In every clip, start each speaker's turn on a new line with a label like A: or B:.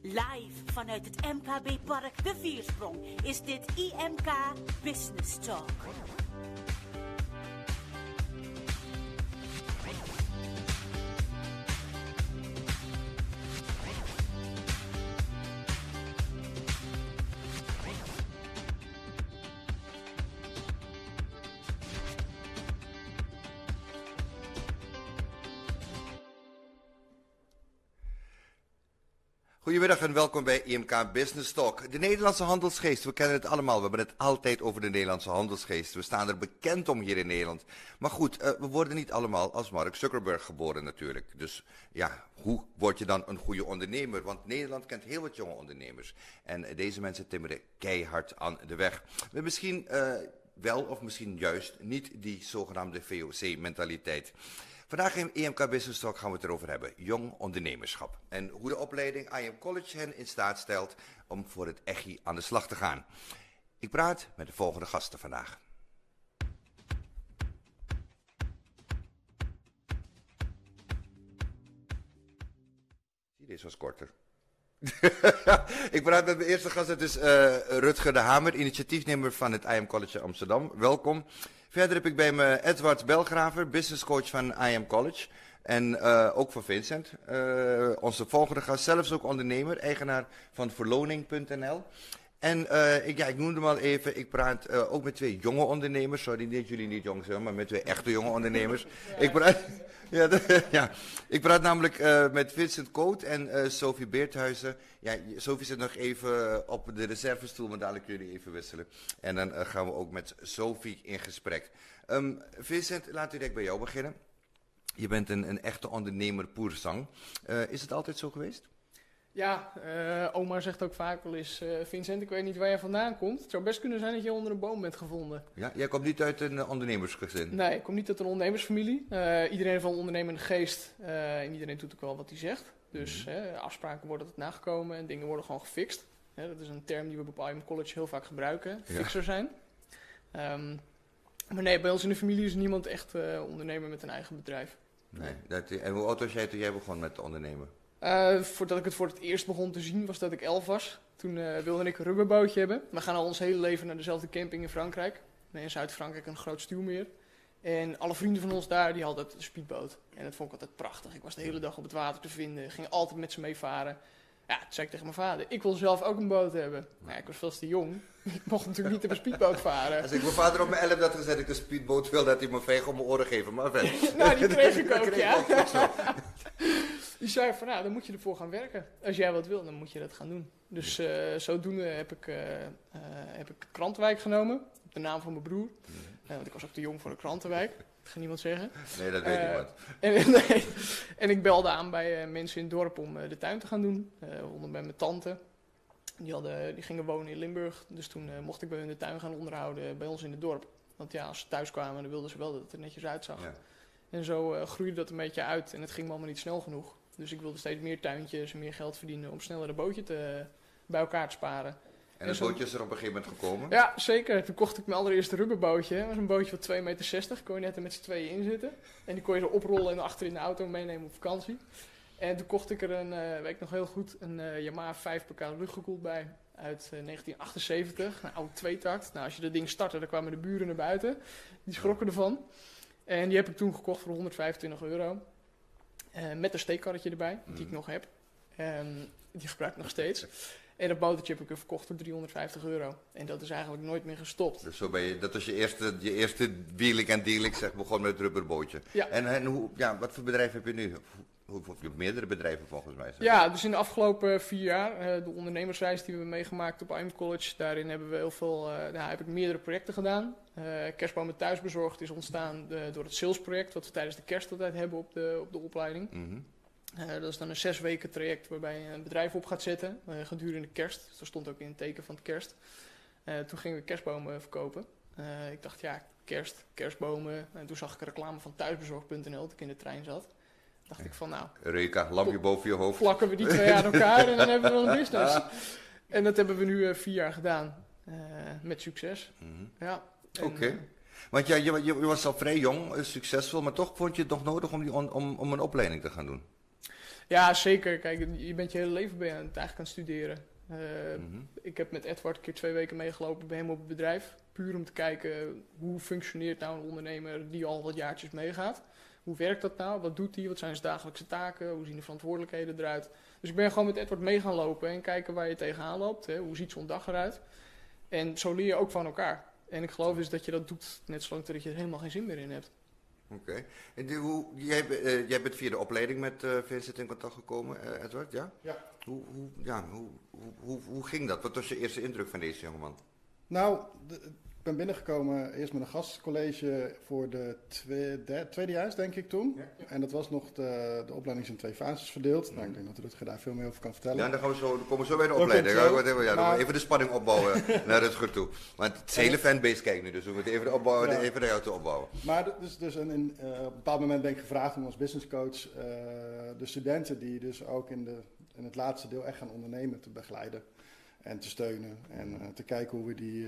A: Live vanuit het MKB-park De Viersprong is dit IMK Business Talk.
B: Goedemiddag en welkom bij IMK Business Talk. De Nederlandse handelsgeest, we kennen het allemaal. We hebben het altijd over de Nederlandse handelsgeest. We staan er bekend om hier in Nederland. Maar goed, we worden niet allemaal als Mark Zuckerberg geboren natuurlijk. Dus ja, hoe word je dan een goede ondernemer? Want Nederland kent heel wat jonge ondernemers. En deze mensen timmeren keihard aan de weg. We hebben misschien wel of misschien juist niet die zogenaamde VOC-mentaliteit. Vandaag in IMK Business Talk gaan we het erover hebben. Jong ondernemerschap. En hoe de opleiding IM College hen in staat stelt om voor het ECHI aan de slag te gaan. Ik praat met de volgende gasten vandaag. Deze was korter. Ik praat met mijn eerste gast, het is Rutger de Hamer, initiatiefnemer van het IM College Amsterdam. Welkom. Verder heb ik bij me Edward Belgraver, business coach van IM College. En ook van Vincent, onze volgende gast, zelfs ook ondernemer, eigenaar van verloning.nl. En ik noemde hem al even, ik praat ook met twee jonge ondernemers. Sorry, niet jullie niet jong zijn, maar met twee echte jonge ondernemers. Ik praat namelijk met Vincent Koot en Sophie Beerthuizen. Ja, Sophie zit nog even op de reservestoel, maar dadelijk jullie even wisselen. En dan gaan we ook met Sophie in gesprek. Vincent, laten we direct bij jou beginnen. Je bent een echte ondernemer pur sang. Is het altijd zo geweest?
C: Ja, oma zegt ook vaak wel eens, Vincent, ik weet niet waar jij vandaan komt. Het zou best kunnen zijn dat je onder een boom bent gevonden.
B: Ja, jij komt niet uit een ondernemersgezin?
C: Nee, ik kom niet uit een ondernemersfamilie. Iedereen heeft wel een ondernemende geest en iedereen doet ook wel wat hij zegt. Dus afspraken worden nagekomen en dingen worden gewoon gefixt. Dat is een term die we bij IM College heel vaak gebruiken, fixer zijn. Maar nee, bij ons in de familie is niemand echt ondernemer met een eigen bedrijf.
B: Nee. En hoe oud was jij toen jij begon met ondernemen?
C: Voordat ik het voor het eerst begon te zien was dat ik 11 was. Toen wilde ik een rubberbootje hebben. We gaan al ons hele leven naar dezelfde camping in Frankrijk. In Zuid-Frankrijk een groot stuwmeer. En alle vrienden van ons daar, die hadden een speedboot. En dat vond ik altijd prachtig. Ik was de hele dag op het water te vinden. Ging altijd met ze meevaren. Ja, toen zei ik tegen mijn vader, ik wil zelf ook een boot hebben. Nou, ik was veel te jong. Ik mocht natuurlijk niet op een speedboot varen.
B: Als ik mijn vader op mijn 11 had gezet, ik een speedboot wil, dat hij me veeg om mijn oren geven. Maar vet.
C: Nou, die kreeg ik ook, ja. Die zei van, nou, dan moet je ervoor gaan werken. Als jij wat wil, dan moet je dat gaan doen. Dus zodoende heb ik Krantenwijk genomen. Op de naam van mijn broer. Want ik was ook te jong voor de Krantenwijk. Dat gaat niemand zeggen.
B: Nee, dat weet niemand.
C: En ik belde aan bij mensen in het dorp om de tuin te gaan doen. Onder bij mijn tante. Die gingen wonen in Limburg. Dus toen mocht ik bij hun de tuin gaan onderhouden bij ons in het dorp. Want ja, als ze thuis kwamen, dan wilden ze wel dat het er netjes uitzag. Ja. En zo groeide dat een beetje uit. En het ging me allemaal niet snel genoeg. Dus ik wilde steeds meer tuintjes en meer geld verdienen om sneller een bootje bij elkaar te sparen.
B: En het bootje is er op een gegeven moment gekomen?
C: Ja, zeker. Toen kocht ik mijn allereerste rubberbootje. Dat was een bootje van 2,60 meter. Kon je net er met z'n tweeën in zitten. En die kon je zo oprollen en achter in de auto meenemen op vakantie. En toen kocht ik er weet ik nog heel goed, een Yamaha 5pk luchtgekoeld bij. Uit 1978. Een oude tweetakt. Nou, als je dat ding startte, dan kwamen de buren naar buiten. Die schrokken ervan. En die heb ik toen gekocht voor €125. Met een steekkarretje erbij, die ik nog heb. Die gebruik ik nog steeds. En dat botertje heb ik verkocht voor €350. En dat is eigenlijk nooit meer gestopt.
B: Dus zo dat was je eerste wheeling en dealing, begon met het rubberbootje. Ja. En wat voor bedrijf heb je nu? Je hebt meerdere bedrijven volgens mij.
C: Ja, dus in de afgelopen 4 jaar, de ondernemersreis die we hebben meegemaakt op IM College, daarin hebben we heel veel, heb ik meerdere projecten gedaan. Kerstbomen thuisbezorgd is ontstaan door het salesproject, wat we tijdens de kerst altijd hebben op de opleiding. Mm-hmm. Dat is dan een 6 weken traject waarbij je een bedrijf op gaat zetten gedurende kerst. Dus dat stond ook in het teken van het kerst. Toen gingen we kerstbomen verkopen. Ik dacht, ja, kerstbomen. En toen zag ik een reclame van thuisbezorgd.nl toen ik in de trein zat. Dacht ik van, nou...
B: Eureka, lampje boven je hoofd.
C: Plakken we die 2 aan elkaar en dan hebben we wel een business. Ja. En dat hebben we nu 4 jaar gedaan. Met succes. Mm-hmm. Ja.
B: Oké. Want ja, je was al vrij jong, succesvol, maar toch vond je het nog nodig om een opleiding te gaan doen?
C: Ja, zeker. Kijk, je bent je hele leven eigenlijk aan het studeren. Ik heb met Edward een keer 2 weken meegelopen bij hem op het bedrijf. Puur om te kijken hoe functioneert nou een ondernemer die al wat jaartjes meegaat. Hoe werkt dat nou? Wat doet hij? Wat zijn zijn dagelijkse taken? Hoe zien de verantwoordelijkheden eruit? Dus ik ben gewoon met Edward mee gaan lopen en kijken waar je tegenaan loopt. Hè? Hoe ziet zo'n dag eruit? En zo leer je ook van elkaar. En ik geloof dus dat je dat doet net zolang dat je er helemaal geen zin meer in hebt.
B: Oké. En jij bent via de opleiding met Vincent in contact gekomen, Edward, ja?
D: Ja.
B: Hoe ging dat? Wat was je eerste indruk van deze jongeman?
D: Nou, ik ben binnengekomen eerst met een gastcollege voor de tweedejaars, denk ik toen. Ja. En dat was nog de opleiding is in 2 fases verdeeld. Nou, ik denk dat Rutger daar veel meer over kan vertellen.
B: Ja, dan komen we zo bij de opleiding. Dan moeten we even de spanning opbouwen naar Rutger toe. Want het hele fanbase kijkt nu, dus we moeten even even naar jou toe opbouwen.
D: Maar op een bepaald moment ben ik gevraagd om als businesscoach de studenten die dus ook in het laatste deel echt gaan ondernemen te begeleiden. En te steunen en te kijken hoe we die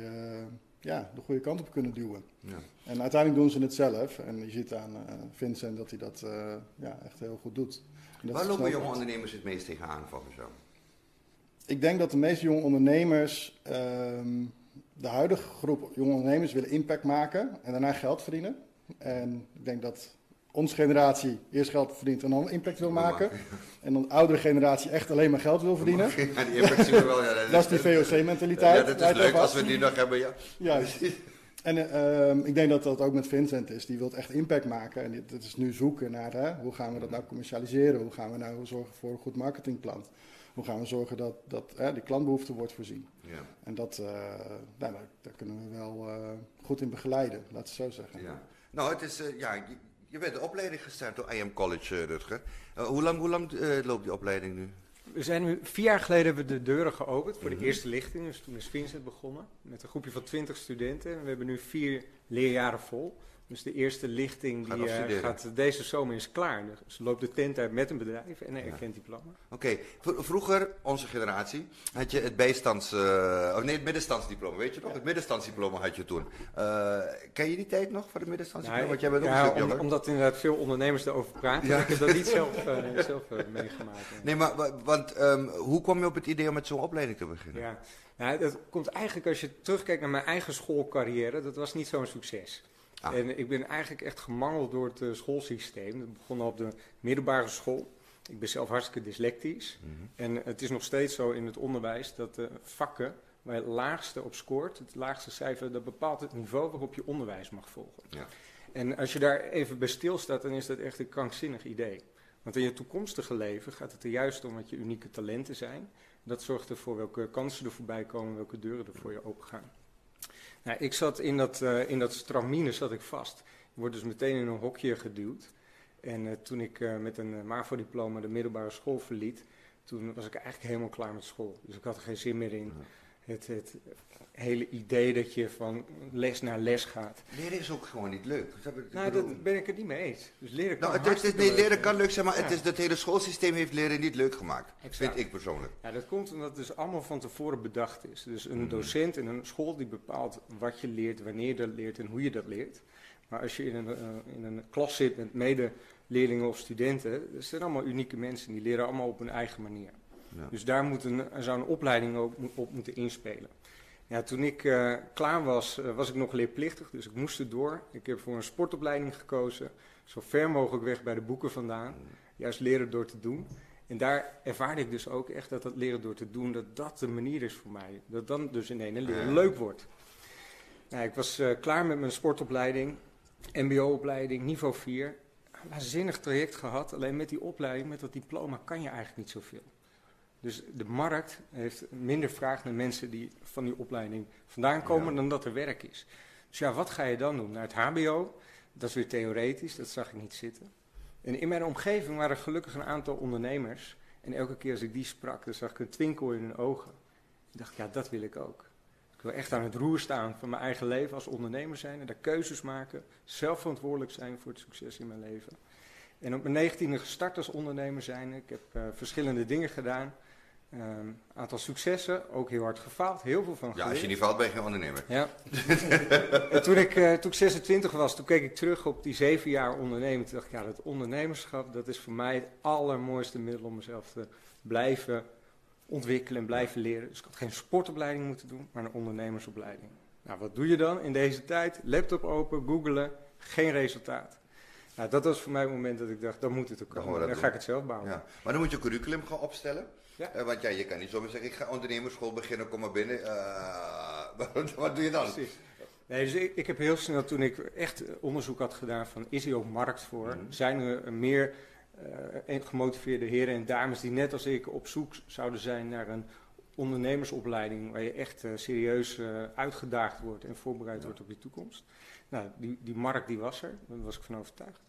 D: de goede kant op kunnen duwen. Ja. En uiteindelijk doen ze het zelf. En je ziet aan Vincent dat hij dat echt heel goed doet.
B: Waar lopen jonge ondernemers het meest tegenaan volgens jou?
D: Ik denk dat de meeste jonge ondernemers, de huidige groep jonge ondernemers willen impact maken en daarna geld verdienen. En ik denk dat onze generatie eerst geld verdient en dan impact wil maken. En dan de oudere generatie echt alleen maar geld wil verdienen.
B: Ja, die impact zien we wel. Ja,
D: dat is die VOC-mentaliteit.
B: Ja, dat is leuk als we die nog hebben, ja.
D: Juist. En ik denk dat dat ook met Vincent is. Die wil echt impact maken. En dat is nu zoeken naar hoe gaan we dat nou commercialiseren? Hoe gaan we nou zorgen voor een goed marketingplan? Hoe gaan we zorgen dat die klantbehoefte wordt voorzien? Ja. En daar kunnen we wel goed in begeleiden, laten we het zo zeggen.
B: Ja. Nou, het is... Je bent de opleiding gestart door IM College, Rutger. Hoe lang loopt die opleiding nu?
E: We zijn nu 4 jaar geleden hebben we de deuren geopend voor de eerste lichting. Dus toen is Vincent begonnen met een groepje van 20 studenten. En we hebben nu 4 leerjaren vol. Dus de eerste lichting gaat deze zomer is klaar. Dus loopt de tent uit met een bedrijf en een erkend diploma.
B: Oké. Vroeger, onze generatie, had je het het middenstandsdiploma, weet je nog? Ja. Het middenstandsdiploma had je toen. Ken je die tijd nog van het middenstandsdiploma? Want jij bent ook een stuk jonger.
E: Omdat inderdaad veel ondernemers erover praten. Ja. Ik heb dat niet zelf meegemaakt.
B: Nee, maar hoe kwam je op het idee om met zo'n opleiding te beginnen?
E: Ja. Nou, dat komt eigenlijk als je terugkijkt naar mijn eigen schoolcarrière. Dat was niet zo'n succes. Ah. En ik ben eigenlijk echt gemangeld door het schoolsysteem. Dat begon al op de middelbare school. Ik ben zelf hartstikke dyslectisch. Mm-hmm. En het is nog steeds zo in het onderwijs dat de vakken waar je het laagste op scoort, het laagste cijfer, dat bepaalt het niveau waarop je onderwijs mag volgen. Ja. En als je daar even bij stilstaat, dan is dat echt een krankzinnig idee. Want in je toekomstige leven gaat het er juist om wat je unieke talenten zijn. Dat zorgt ervoor welke kansen er voorbij komen, welke deuren er voor je open gaan. Nou, ik zat in dat stramine zat ik vast. Je wordt dus meteen in een hokje geduwd. En toen ik met een MAVO-diploma de middelbare school verliet, toen was ik eigenlijk helemaal klaar met school. Dus ik had er geen zin meer in. Het hele idee dat je van les naar les gaat.
B: Leren is ook gewoon niet leuk.
E: Daar ben ik het niet mee eens. Dus leren kan
B: leren kan leuk zijn, maar het hele schoolsysteem heeft leren niet leuk gemaakt. Exact. Vind ik persoonlijk.
E: Ja, dat komt omdat het dus allemaal van tevoren bedacht is. Dus een docent in een school die bepaalt wat je leert, wanneer je dat leert en hoe je dat leert. Maar als je in een klas zit met medeleerlingen of studenten, dat zijn allemaal unieke mensen. Die leren allemaal op hun eigen manier. Ja. Dus daar zou een opleiding ook op moeten inspelen. Ja, toen ik klaar was, was ik nog leerplichtig, dus ik moest er door. Ik heb voor een sportopleiding gekozen, zo ver mogelijk weg bij de boeken vandaan. Juist leren door te doen. En daar ervaarde ik dus ook echt dat leren door te doen, dat de manier is voor mij. Dat dan dus in ene leren leuk wordt. Nou, ik was klaar met mijn sportopleiding, mbo-opleiding, niveau 4. Een waanzinnig traject gehad, alleen met die opleiding, met dat diploma kan je eigenlijk niet zoveel. Dus de markt heeft minder vraag naar mensen die van die opleiding vandaan komen dan dat er werk is. Dus ja, wat ga je dan doen? Naar het hbo, dat is weer theoretisch, dat zag ik niet zitten. En in mijn omgeving waren gelukkig een aantal ondernemers. En elke keer als ik die sprak, dan zag ik een twinkel in hun ogen. Ik dacht, ja, dat wil ik ook. Ik wil echt aan het roer staan van mijn eigen leven als ondernemer zijn. En daar keuzes maken, zelf verantwoordelijk zijn voor het succes in mijn leven. En op mijn 19e gestart als ondernemer zijn. Ik heb verschillende dingen gedaan. Aantal successen, ook heel hard gefaald, heel veel van
B: Ja,
E: geleerd.
B: als je niet valt ben je geen ondernemer.
E: Ja. En toen ik 26 was, toen keek ik terug op die 7 jaar ondernemen. Toen dacht ik, ja, dat ondernemerschap, dat is voor mij het allermooiste middel om mezelf te blijven ontwikkelen en blijven leren. Dus ik had geen sportopleiding moeten doen, maar een ondernemersopleiding. Nou, wat doe je dan in deze tijd? Laptop open, googlen, geen resultaat. Nou, dat was voor mij het moment dat ik dacht, dan moet het ook
B: Dan gaan we
E: komen.
B: dat
E: Dan
B: doen.
E: ga ik het zelf bouwen.
B: Ja. Maar dan moet je een curriculum gaan opstellen.
E: Ja.
B: Want ja, je kan niet zomaar zeggen, ik ga ondernemersschool beginnen, kom maar binnen. Wat doe je dan?
E: Precies. Nee, dus ik heb heel snel, toen ik echt onderzoek had gedaan van, is hier ook markt voor? Zijn er meer gemotiveerde heren en dames die net als ik op zoek zouden zijn naar een ondernemersopleiding waar je echt serieus uitgedaagd wordt en voorbereid wordt op die toekomst? Nou, die markt die was er, daar was ik van overtuigd.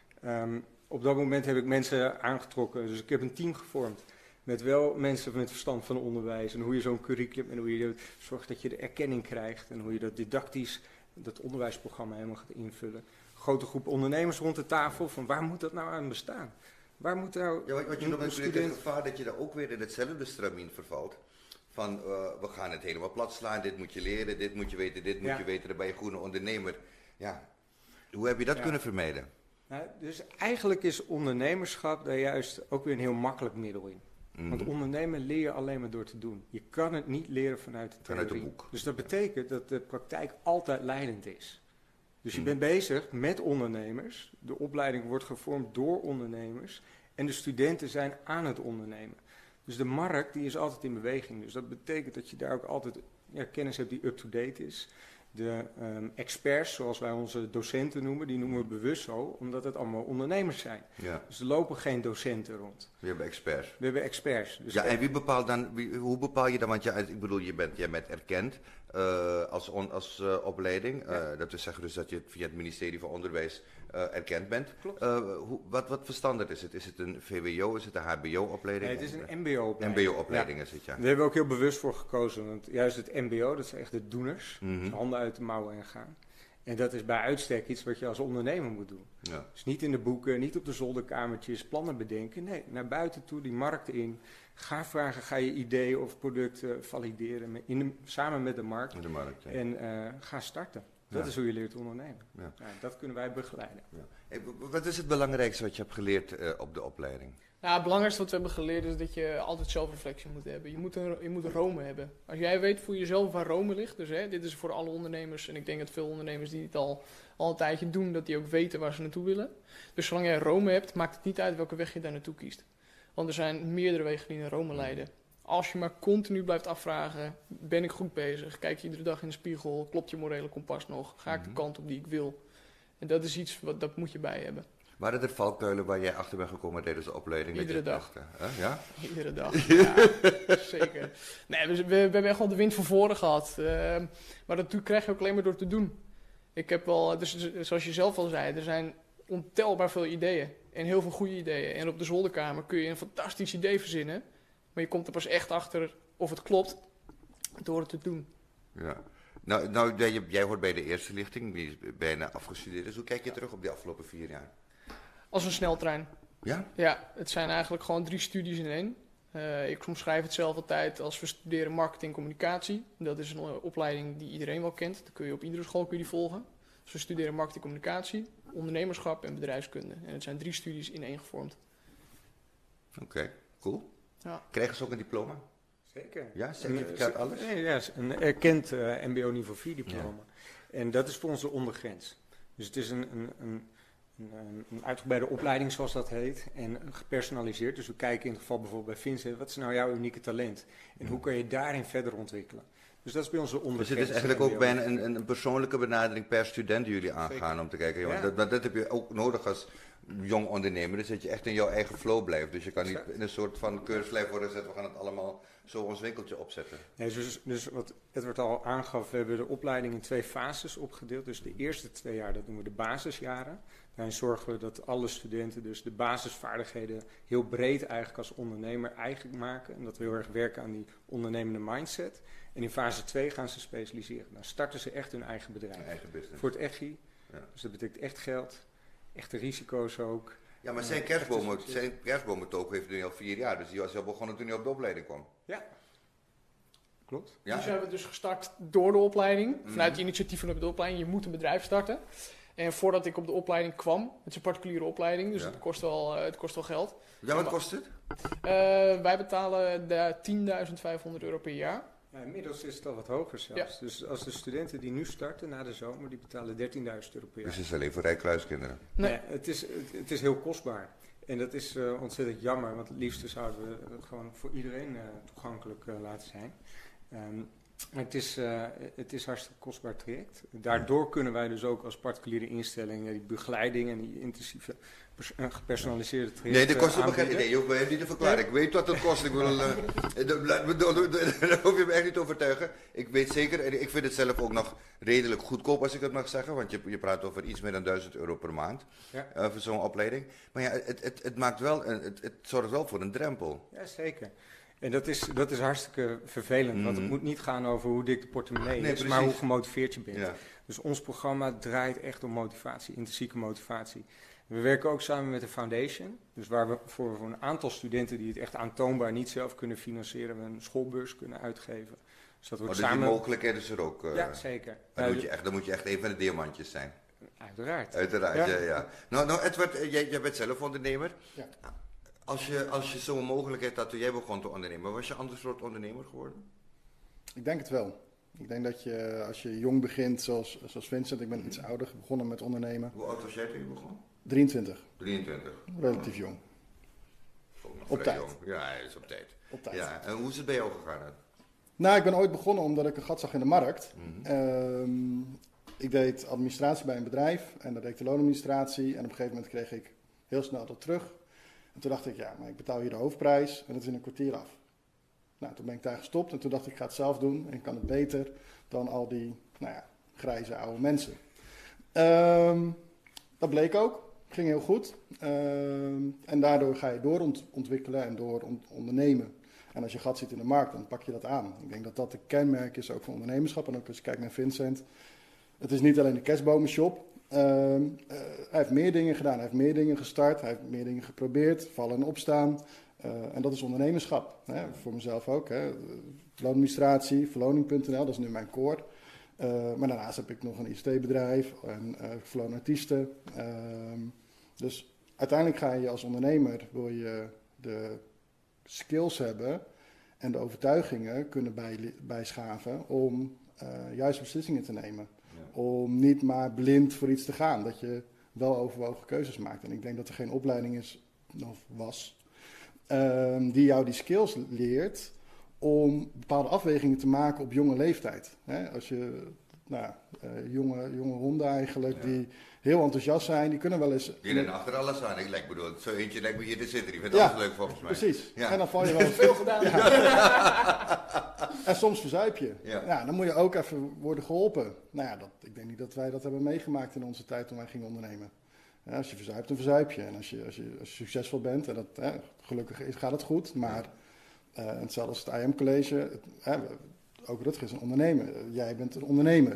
E: Op dat moment heb ik mensen aangetrokken, dus ik heb een team gevormd. Met wel mensen met verstand van onderwijs en hoe je zo'n curriculum en hoe je zorgt dat je de erkenning krijgt en hoe je dat didactisch, dat onderwijsprogramma helemaal gaat invullen. Grote groep ondernemers rond de tafel van waar moet dat nou aan bestaan? Waar moet nou
B: Ja, wat je nog
E: een
B: natuurlijk het gevaar dat je daar ook weer in hetzelfde stramien vervalt. Van we gaan het helemaal plat slaan, dit moet je leren, dit moet je weten, dit moet je weten, dan ben je een goede ondernemer. Ja, hoe heb je dat kunnen vermijden?
E: Nou, dus eigenlijk is ondernemerschap daar juist ook weer een heel makkelijk middel in. Want ondernemen leer je alleen maar door te doen. Je kan het niet leren vanuit de theorie.
B: Vanuit een boek.
E: Dus dat betekent dat de praktijk altijd leidend is. Dus je bent bezig met ondernemers. De opleiding wordt gevormd door ondernemers. En de studenten zijn aan het ondernemen. Dus de markt die is altijd in beweging. Dus dat betekent dat je daar ook altijd kennis hebt die up-to-date is. De experts, zoals wij onze docenten noemen, die noemen we bewust zo, omdat het allemaal ondernemers zijn.
B: Ja.
E: Dus er lopen geen docenten rond.
B: We hebben experts.
E: We hebben experts. Dus
B: Ja, en wie bepaalt dan, hoe bepaal je dan, want ik bedoel, jij bent erkend als opleiding. Dat wil zeggen dus dat je via het ministerie van Onderwijs erkend bent.
E: Klopt.
B: Wat voor standaard is het? Is het een VWO, is het een HBO-opleiding?
E: Nee, het is een mbo-opleiding.
B: MBO-opleiding is het, ja.
E: Daar hebben we ook heel bewust voor gekozen, want juist het mbo, dat zijn echt de doeners.
B: Mhm.
E: Handen uit de mouwen en gaan. En dat is bij uitstek iets wat je als ondernemer moet doen.
B: Ja.
E: Dus niet in de boeken, niet op de zolderkamertjes, plannen bedenken. Nee, naar buiten toe, die markt in. Ga vragen, ga je ideeën of producten valideren samen met de markt.
B: In de markt, ja.
E: En ga starten. Dat
B: Ja.
E: is hoe je leert ondernemen.
B: Ja.
E: Nou, dat kunnen wij begeleiden.
B: Ja. Hey, wat is het belangrijkste wat je hebt geleerd op de opleiding?
C: Nou, het belangrijkste wat we hebben geleerd is dat je altijd zelfreflectie moet hebben. Je moet Rome hebben. Als jij weet voor jezelf waar Rome ligt, dus dit is voor alle ondernemers, en ik denk dat veel ondernemers die het al een tijdje doen, dat die ook weten waar ze naartoe willen. Dus zolang jij Rome hebt, maakt het niet uit welke weg je daar naartoe kiest. Want er zijn meerdere wegen die naar Rome leiden. Als je maar continu blijft afvragen, ben ik goed bezig? Kijk je iedere dag in de spiegel, klopt je morele kompas nog? Ga ik de kant op die ik wil? En dat is iets, dat moet je bij hebben.
B: Waren er valkuilen waar jij achter bent gekomen tijdens de opleiding?
C: Iedere
B: dat je
C: dag.
B: dacht, ja?
C: Iedere dag, ja, zeker. Nee, we hebben echt wel de wind van voren gehad. Maar dat krijg je ook alleen maar door te doen. Ik heb wel, dus zoals je zelf al zei, er zijn ontelbaar veel ideeën. En heel veel goede ideeën. En op de zolderkamer kun je een fantastisch idee verzinnen. Maar je komt er pas echt achter of het klopt door het te doen.
B: Ja. Nou, jij hoort bij de eerste lichting, die is bijna afgestudeerd. Dus hoe kijk je terug op die afgelopen 4 jaar?
C: Als een sneltrein.
B: Ja?
C: Ja, het zijn eigenlijk gewoon 3 studies in één. Ik omschrijf het zelf altijd als we studeren marketing en communicatie. Dat is een opleiding die iedereen wel kent. Dat kun je op iedere school die volgen. Dus we studeren marketing en communicatie, ondernemerschap en bedrijfskunde. En het zijn 3 studies in één gevormd.
B: Oké, cool.
C: Ja.
B: Krijgen ze ook een diploma?
E: Zeker.
B: Ja, certificaat, alles?
E: Nee, ja, een erkend mbo niveau 4 diploma. Ja. En dat is voor ons de ondergrens. Dus het is een uitgebreide opleiding, zoals dat heet, en gepersonaliseerd. Dus we kijken in het geval bijvoorbeeld bij Vincent, wat is nou jouw unieke talent? En hoe kan je daarin verder ontwikkelen? Dus dat is bij ons de ondergrens.
B: Dus het is eigenlijk ook bijna een persoonlijke benadering per student die jullie aangaan.
E: Zeker.
B: Om te kijken,
E: Ja.
B: dat heb je ook nodig als jong ondernemer. Dus dat je echt in jouw eigen flow blijft. Dus je kan niet
E: Exact.
B: in een soort van keurslijf worden gezet, we gaan het allemaal zo ons winkeltje opzetten.
E: Nee, dus wat Edward al aangaf, we hebben de opleiding in 2 fases opgedeeld. Dus de eerste 2 jaar, dat noemen we de basisjaren. Daarin zorgen we dat alle studenten dus de basisvaardigheden heel breed eigenlijk als ondernemer eigen maken. En dat we heel erg werken aan die ondernemende mindset. En in fase 2 gaan ze specialiseren. Dan starten ze echt hun eigen bedrijf.
B: Een eigen business.
E: Voor het EGI.
B: Ja.
E: Dus dat betekent echt geld, echte risico's ook.
B: Ja, maar zijn kerstbomen token heeft nu al 4 jaar. Dus die was al begonnen toen hij op de opleiding kwam.
E: Ja. Klopt.
B: Ja?
C: Nu zijn we dus gestart door de opleiding. Vanuit het initiatief van de opleiding. Je moet een bedrijf starten. En voordat ik op de opleiding kwam, het is een particuliere opleiding, dus het kost wel geld.
B: Ja, wat kost het?
C: Wij betalen €10.500 per jaar.
E: Ja, inmiddels is het al wat hoger zelfs.
C: Ja.
E: Dus als de studenten die nu starten na de zomer, die betalen €13.000 per jaar.
B: Dus het is alleen voor rijkluiskinderen.
C: Nee.
E: Het is heel kostbaar. En dat is ontzettend jammer, want het liefste zouden we het gewoon voor iedereen toegankelijk laten zijn. Maar het is hartstikke kostbaar traject. Daardoor kunnen wij dus ook als particuliere instelling die begeleiding en die intensieve gepersonaliseerde traject
B: Nee, de kosten
E: aanbieden.
B: begrijp je. Nee, je hoeft me niet te verklaren. Ik weet wat het kost. Ik wil, daar hoef je me echt niet te overtuigen. Ik weet zeker, en ik vind het zelf ook nog redelijk goedkoop als ik het mag zeggen. Want je praat over iets meer dan €1.000 per maand voor zo'n opleiding. Maar ja, het maakt wel, het zorgt wel voor een drempel.
E: Ja, zeker. En dat is hartstikke vervelend, want het moet niet gaan over hoe dik de portemonnee is,
B: precies.
E: maar hoe gemotiveerd je bent.
B: Ja.
E: Dus ons programma draait echt om motivatie, intrinsieke motivatie. We werken ook samen met de foundation, dus waar we voor een aantal studenten die het echt aantoonbaar niet zelf kunnen financieren, we een schoolbeurs kunnen uitgeven. Dus dat wordt
B: Dus
E: samen...
B: die mogelijkheden is er ook.
E: Ja, zeker.
B: Dan moet je echt een van de diamantjes zijn.
E: Uiteraard.
B: Uiteraard, ja. Nou Edward, jij bent zelf ondernemer.
D: Ja.
B: Als je zo'n mogelijkheid had toen jij begon te ondernemen, was je een ander soort ondernemer geworden?
D: Ik denk het wel. Ik denk dat je als je jong begint, zoals Vincent, ik ben iets ouder begonnen met ondernemen.
B: Hoe oud was jij toen je begon?
D: 23,
B: 23.
D: relatief jong.
B: Ook nog
D: Op
B: vrij
D: tijd.
B: jong. Ja, hij is op tijd.
D: Op tijd.
B: Ja, en hoe is het bij jou gegaan?
D: Nou, ik ben ooit begonnen omdat ik een gat zag in de markt.
B: Mhm.
D: Ik deed administratie bij een bedrijf en dat deed ik de loonadministratie. En op een gegeven moment kreeg ik heel snel dat terug. En toen dacht ik, ja, maar ik betaal hier de hoofdprijs en dat is in een kwartier af. Nou, toen ben ik daar gestopt en toen dacht ik, ga het zelf doen en ik kan het beter dan al die, grijze oude mensen. Dat bleek ook. Ging heel goed. En daardoor ga je doorontwikkelen en door ondernemen. En als je gat ziet in de markt, dan pak je dat aan. Ik denk dat dat de kenmerk is ook van ondernemerschap. En ook als je kijkt naar Vincent. Het is niet alleen de kerstbomenshop. Hij heeft meer dingen gedaan. Hij heeft meer dingen gestart. Hij heeft meer dingen geprobeerd. Vallen en opstaan. En dat is ondernemerschap. Hè? Voor mezelf ook. Loonadministratie, verloning.nl, dat is nu mijn core. Maar daarnaast heb ik nog een ICT-bedrijf en verloon artiesten. Dus uiteindelijk ga je als ondernemer, wil je de skills hebben en de overtuigingen kunnen bijschaven om juiste beslissingen te nemen. Ja. Om niet maar blind voor iets te gaan, dat je wel overwogen keuzes maakt. En ik denk dat er geen opleiding is, of was, die jou die skills leert om bepaalde afwegingen te maken op jonge leeftijd. Als je, jonge honden eigenlijk, die heel enthousiast zijn, die kunnen wel eens...
B: Die rennen achter alles aan. Ik bedoel, zo eentje lijkt me hier te zitten, die vindt alles leuk volgens mij.
D: Precies.
B: Ja.
D: En dan val je wel
C: Veel gedaan.
D: En soms verzuip je.
B: Ja.
D: Dan moet je ook even worden geholpen. Ik denk niet dat wij dat hebben meegemaakt in onze tijd toen wij gingen ondernemen. Als je verzuipt, dan verzuip je. En als je succesvol bent, en dat, gelukkig gaat het goed, maar hetzelfde als het IM College, ook Rutger is een ondernemer. Jij bent een ondernemer.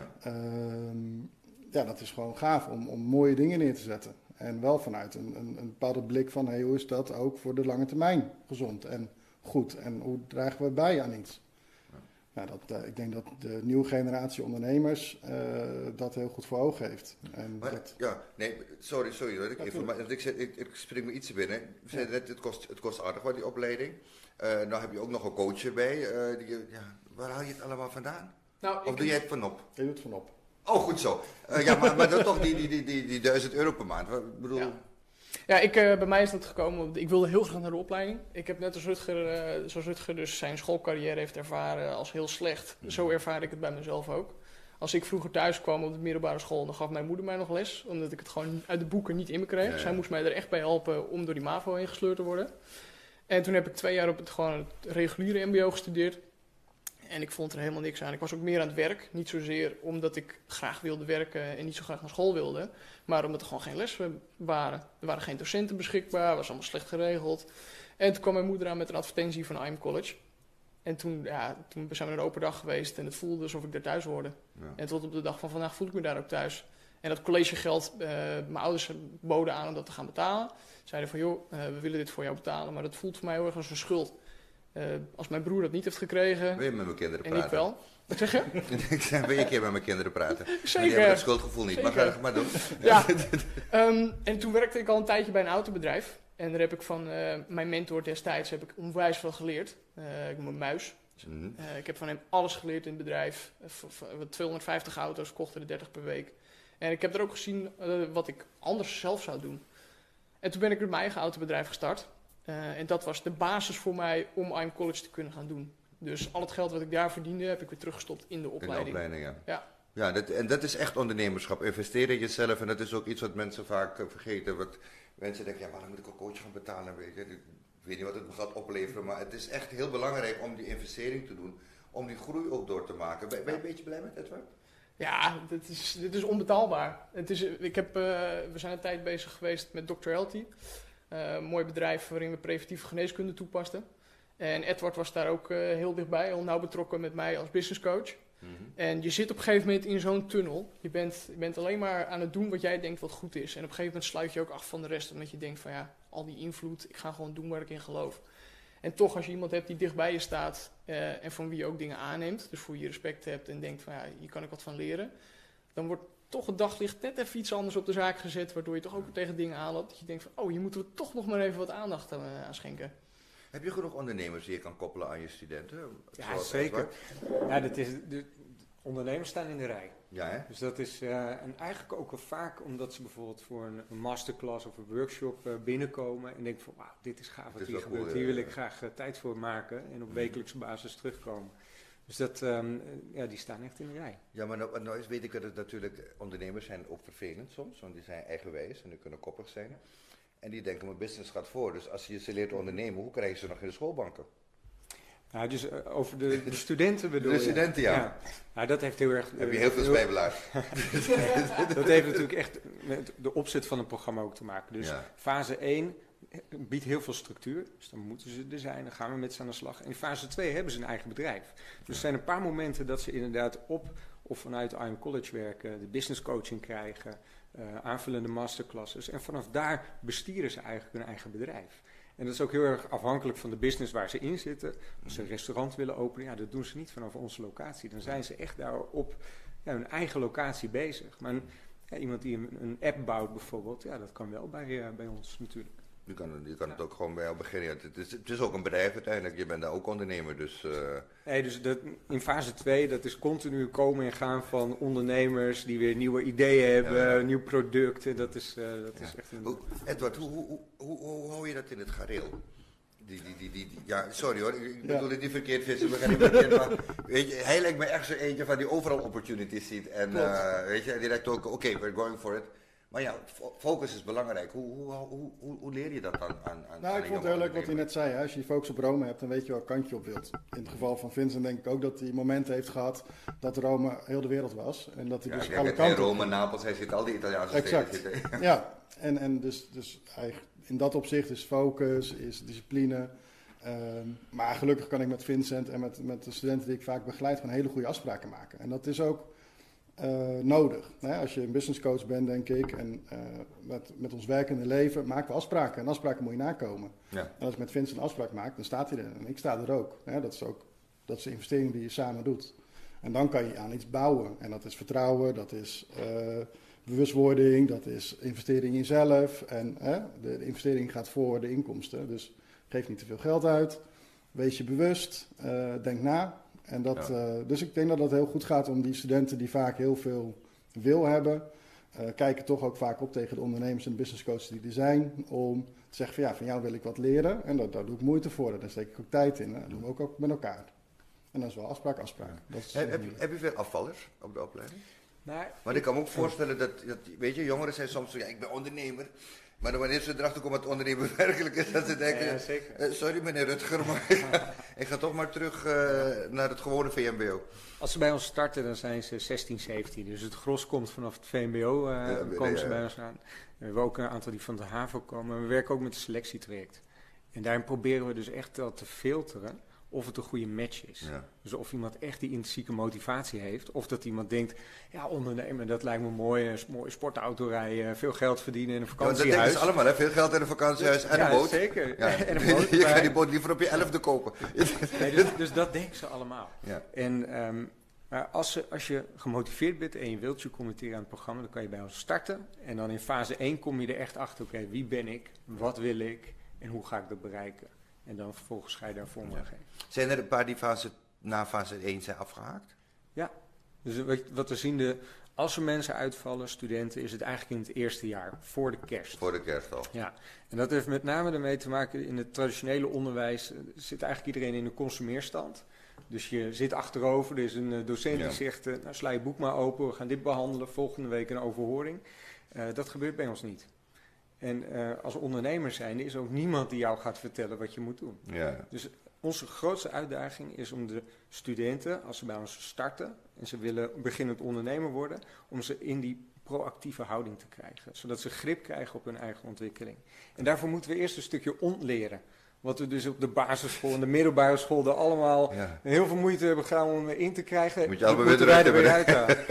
D: Ja. Dat is gewoon gaaf om mooie dingen neer te zetten. En wel vanuit een bepaalde blik van, hoe is dat ook voor de lange termijn gezond en goed? En hoe dragen we bij aan iets? Ik denk dat de nieuwe generatie ondernemers dat heel goed voor ogen heeft. En
B: sorry dat ik even, maar ik spring me iets binnen. We zeiden net, het kost aardig wat die opleiding. Nou heb je ook nog een coach erbij. Waar haal je het allemaal vandaan? Of doe jij het vanop?
D: Je doet het vanop.
B: Oh, goed zo. Maar dan toch die €1.000 per maand. Ik bedoel...
C: Ja, bij mij is dat gekomen. Ik wilde heel graag naar de opleiding. Ik heb net als Rutger dus zijn schoolcarrière heeft ervaren als heel slecht. Zo ervaar ik het bij mezelf ook. Als ik vroeger thuis kwam op de middelbare school, dan gaf mijn moeder mij nog les. Omdat ik het gewoon uit de boeken niet in me kreeg. Zij moest mij er echt bij helpen om door die MAVO heen gesleurd te worden. En toen heb ik 2 jaar op het reguliere mbo gestudeerd. En ik vond er helemaal niks aan. Ik was ook meer aan het werk. Niet zozeer omdat ik graag wilde werken en niet zo graag naar school wilde. Maar omdat er gewoon geen lessen waren. Er waren geen docenten beschikbaar. Het was allemaal slecht geregeld. En toen kwam mijn moeder aan met een advertentie van IM College. En toen zijn we naar de open dag geweest. En het voelde alsof ik daar thuis hoorde. Ja. En tot op de dag van vandaag voel ik me daar ook thuis. En dat collegegeld, mijn ouders boden aan om dat te gaan betalen. Zeiden van, joh, we willen dit voor jou betalen, maar dat voelt voor mij heel erg als een schuld. Als mijn broer dat niet heeft gekregen,
B: Wil je met mijn kinderen
C: en
B: praten?
C: ik wel. Wat zeg je?
B: Ik zei, wil je een keer met mijn kinderen praten?
C: Zeker.
B: Maar die hebben dat schuldgevoel niet. Maar
C: Zeker.
B: ga maar doen.
C: Ja. En toen werkte ik al een tijdje bij een autobedrijf. En daar heb ik van mijn mentor destijds heb ik onwijs veel geleerd. Ik noem hem Muis.
B: Mhm.
C: Ik heb van hem alles geleerd in het bedrijf. 250 auto's, kochten er 30 per week. En ik heb er ook gezien wat ik anders zelf zou doen. En toen ben ik met mijn eigen autobedrijf gestart. En dat was de basis voor mij om IM College te kunnen gaan doen. Dus al het geld wat ik daar verdiende, heb ik weer teruggestopt in de opleiding.
B: In de opleiding, ja.
C: Ja.
B: Ja, en dat is echt ondernemerschap. Investeren in jezelf. En dat is ook iets wat mensen vaak vergeten. Wat mensen denken, ja, maar dan moet ik een coach gaan betalen. Weet je. Ik weet niet wat het me gaat opleveren. Maar het is echt heel belangrijk om die investering te doen. Om die groei ook door te maken. Ben je een beetje blij met Edward?
C: Ja, dit is onbetaalbaar. We zijn een tijd bezig geweest met Dr. Healthy. Een mooi bedrijf waarin we preventieve geneeskunde toepasten. En Edward was daar ook heel dichtbij, heel nauw betrokken met mij als business coach.
B: Mm-hmm.
C: En je zit op een gegeven moment in zo'n tunnel. Je bent alleen maar aan het doen wat jij denkt wat goed is. En op een gegeven moment sluit je ook af van de rest. Omdat je denkt van ja, al die invloed, ik ga gewoon doen waar ik in geloof. En toch, als je iemand hebt die dichtbij je staat en van wie je ook dingen aanneemt, dus voor wie je respect hebt en denkt van ja, hier kan ik wat van leren, dan wordt toch het daglicht net even iets anders op de zaak gezet, waardoor je toch ook tegen dingen aanloopt. Dat je denkt van, oh, hier moeten we toch nog maar even wat aandacht aan schenken.
B: Heb je genoeg ondernemers die je kan koppelen aan je studenten?
E: Ja,
B: Zoals
E: zeker.
B: Edward?
E: Ja, de ondernemers staan in de rij.
B: Ja, hè?
E: Dus dat is en eigenlijk ook wel vaak omdat ze bijvoorbeeld voor een masterclass of een workshop binnenkomen en denken van wauw, dit is gaaf wat
B: is
E: hier
B: wel
E: gebeurt.
B: cool,
E: Hier
B: ja.
E: wil ik graag tijd voor maken en op wekelijkse basis terugkomen. Dus dat, die staan echt in de rij.
B: Ja, maar nou weet ik dat het natuurlijk, ondernemers zijn ook vervelend soms, want die zijn eigenwijs en die kunnen koppig zijn. En die denken, mijn business gaat voor, dus als je ze leert ondernemen, hoe krijg je ze nog in de schoolbanken?
E: Nou, dus over de studenten bedoel
B: De
E: je?
B: studenten, ja.
E: Nou, dat heeft heel erg...
B: Heb je heel veel spijbelaars.
E: Dat heeft natuurlijk echt met de opzet van het programma ook te maken. Dus
B: Ja.
E: fase 1 biedt heel veel structuur, dus dan moeten ze er zijn, dan gaan we met ze aan de slag. En in fase 2 hebben ze een eigen bedrijf. Dus er zijn een paar momenten dat ze inderdaad op of vanuit IM College werken, de business coaching krijgen, aanvullende masterclasses. En vanaf daar bestieren ze eigenlijk hun eigen bedrijf. En dat is ook heel erg afhankelijk van de business waar ze in zitten. Als ze een restaurant willen openen, ja, dat doen ze niet vanaf onze locatie. Dan zijn ze echt daar op hun eigen locatie bezig. Maar iemand die een app bouwt bijvoorbeeld, ja, dat kan wel bij ons natuurlijk.
B: Je kan het ook gewoon bij jou beginnen. Ja, het is ook een bedrijf uiteindelijk, je bent daar ook ondernemer, dus...
E: Nee, dus in fase 2, dat is continu komen en gaan van ondernemers die weer nieuwe ideeën hebben, nieuw producten. Dat is echt een...
B: Edward, hoe hou je dat in het gareel? Ja, sorry hoor, ik bedoel het niet verkeerd vissen, we gaan niet verkeerd, maar weet je, hij lijkt me echt zo eentje van die overal opportunities ziet. En weet je, direct ook, oké, we're going for it. Maar ja, focus is belangrijk. Hoe leer je dat aan
D: Nou, ik vond het heel leuk wat hij net zei. Hè? Als je je focus op Rome hebt, dan weet je welk kantje op wilt. In het geval van Vincent denk ik ook dat hij momenten heeft gehad dat Rome heel de wereld was. En dat hij dus alle kanten...
B: Rome, Napels, hij zit al die Italiaanse
D: exact.
B: steden zitten.
D: Ja, en dus eigenlijk in dat opzicht is focus, is discipline. Maar gelukkig kan ik met Vincent en met de studenten die ik vaak begeleid gewoon hele goede afspraken maken. En dat is ook nodig. Hè? Als je een business coach bent, denk ik, en met ons werkende leven maken we afspraken. En afspraken moet je nakomen.
B: Ja.
D: En als ik met Vincent een afspraak maak, dan staat hij er. En ik sta er ook. Hè? Dat is de investering die je samen doet. En dan kan je aan iets bouwen. En dat is vertrouwen, dat is bewustwording, dat is investering in jezelf. En de investering gaat voor de inkomsten. Dus geef niet te veel geld uit. Wees je bewust. Denk na. En dus ik denk dat het heel goed gaat om die studenten die vaak heel veel wil hebben. Kijken toch ook vaak op tegen de ondernemers en business coaches die er zijn. Om te zeggen van ja, van jou wil ik wat leren. En daar doe ik moeite voor. Daar steek ik ook tijd in. Dat doen we ook met elkaar. En dat is wel afspraak. Dat is
B: Heb je veel afvallers op de opleiding?
E: Nou,
B: Want ik kan me ook voorstellen dat weet je, jongeren zijn soms zo, ja, ik ben ondernemer. Maar dan wanneer ze erachter komen wat ondernemen werkelijk is, dat ze denken,
E: ja, zeker.
B: Sorry meneer Rutger, maar ik ga toch maar terug naar het gewone VMBO.
E: Als ze bij ons starten, dan zijn ze 16, 17. Dus het gros komt vanaf het VMBO, komen ze bij ons aan. We hebben ook een aantal die van de HAVO komen. Maar we werken ook met een selectietraject. En daarin proberen we dus echt wel te filteren of het een goede match is.
B: Ja.
E: Dus of iemand echt die intrinsieke motivatie heeft, of dat iemand denkt, ja, ondernemen, dat lijkt me mooi, een mooie sportauto rijden, veel geld verdienen in een
B: Ja, dat
E: vakantiehuis.
B: denken ze allemaal, hè? Veel geld in een vakantiehuis en een boot.
E: Zeker.
B: Ja.
E: En een boot
B: Je kan
E: erbij.
B: die boot liever op je 11e kopen.
E: Nee, dus dat denken ze allemaal.
B: Ja.
E: En maar als je gemotiveerd bent en je wilt je committeren aan het programma, dan kan je bij ons starten. En dan in fase 1 kom je er echt achter, oké, wie ben ik, wat wil ik en hoe ga ik dat bereiken? En dan vervolgens ga je daar vorm aan geven.
B: Zijn er een paar die na fase 1 zijn afgehaakt?
E: Ja, dus wat we zien, als er mensen uitvallen, studenten, is het eigenlijk in het eerste jaar, voor de kerst.
B: Voor de kerst al.
E: Ja, en dat heeft met name ermee te maken, in het traditionele onderwijs zit eigenlijk iedereen in een consumeerstand. Dus je zit achterover, er is een docent die zegt, nou sla je boek maar open, we gaan dit behandelen, volgende week een overhoring. Dat gebeurt bij ons niet. En als ondernemer zijnde is er ook niemand die jou gaat vertellen wat je moet doen.
B: Ja.
E: Dus onze grootste uitdaging is om de studenten, als ze bij ons starten en ze willen beginnend ondernemer worden, om ze in die proactieve houding te krijgen. Zodat ze grip krijgen op hun eigen ontwikkeling. En daarvoor moeten we eerst een stukje ontleren. Wat we dus op de basisschool en de middelbare school er allemaal heel veel moeite hebben gedaan om in te krijgen.
B: Moet je allemaal
E: moeten
B: weer
E: wij er weer uit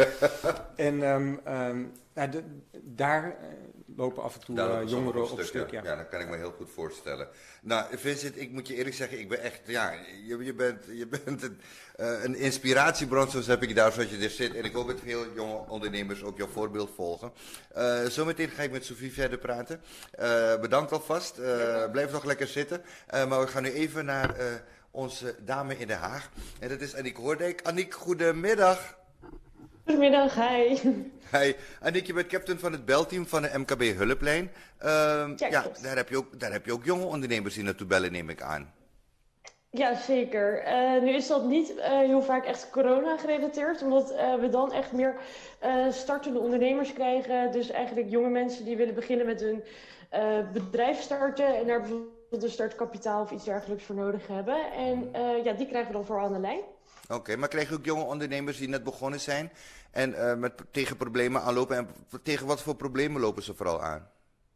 B: hebben.
E: En daar lopen af en toe jongeren op stuk. Ja.
B: Ja, dat kan ik me heel goed voorstellen. Nou, Vincent, ik moet je eerlijk zeggen, ik ben echt, je bent een inspiratiebron, zoals heb ik je daar, zoals je er zit. En ik hoop dat veel jonge ondernemers ook jouw voorbeeld volgen. Zometeen ga ik met Sophie verder praten. Bedankt alvast. Blijf nog lekker zitten. Maar we gaan nu even naar onze dame in Den Haag. En dat is Aniek Hoordijk. Aniek, goedemiddag.
F: Goedemiddag, hi.
B: Hi, Aniek, je bent captain van het belteam van de MKB Hulplijn.
F: Klopt.
B: Daar heb je ook jonge ondernemers die naartoe bellen, neem ik aan.
F: Ja, zeker. Nu is dat niet heel vaak echt corona gerelateerd, omdat we dan echt meer startende ondernemers krijgen. Dus eigenlijk jonge mensen die willen beginnen met hun bedrijf starten en daar bijvoorbeeld een startkapitaal of iets dergelijks voor nodig hebben. En die krijgen we dan voor aan de lijn.
B: Oké, maar krijg je ook jonge ondernemers die net begonnen zijn en tegen problemen aanlopen? En tegen wat voor problemen lopen ze vooral aan?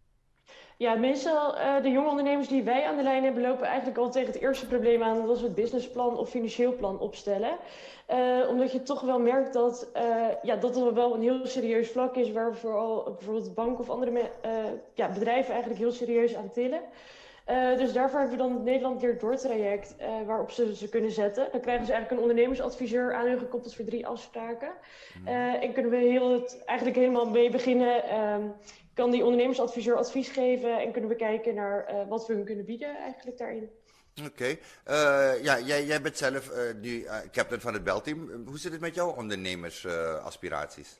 F: Ja, meestal de jonge ondernemers die wij aan de lijn hebben lopen eigenlijk al tegen het eerste probleem aan. Dat is het businessplan of financieel plan opstellen. Omdat je toch wel merkt dat het wel een heel serieus vlak is waar vooral bijvoorbeeld banken of andere bedrijven eigenlijk heel serieus aan tillen. Dus daarvoor hebben we dan het Nederland Leert Door traject waarop ze kunnen zetten. Dan krijgen ze eigenlijk een ondernemersadviseur aan hun gekoppeld voor 3 afspraken. En kunnen we eigenlijk helemaal mee beginnen. Kan die ondernemersadviseur advies geven en kunnen we kijken naar wat we hun kunnen bieden eigenlijk daarin.
B: Oké. Jij bent zelf nu captain van het belteam. Hoe zit het met jouw ondernemersaspiraties?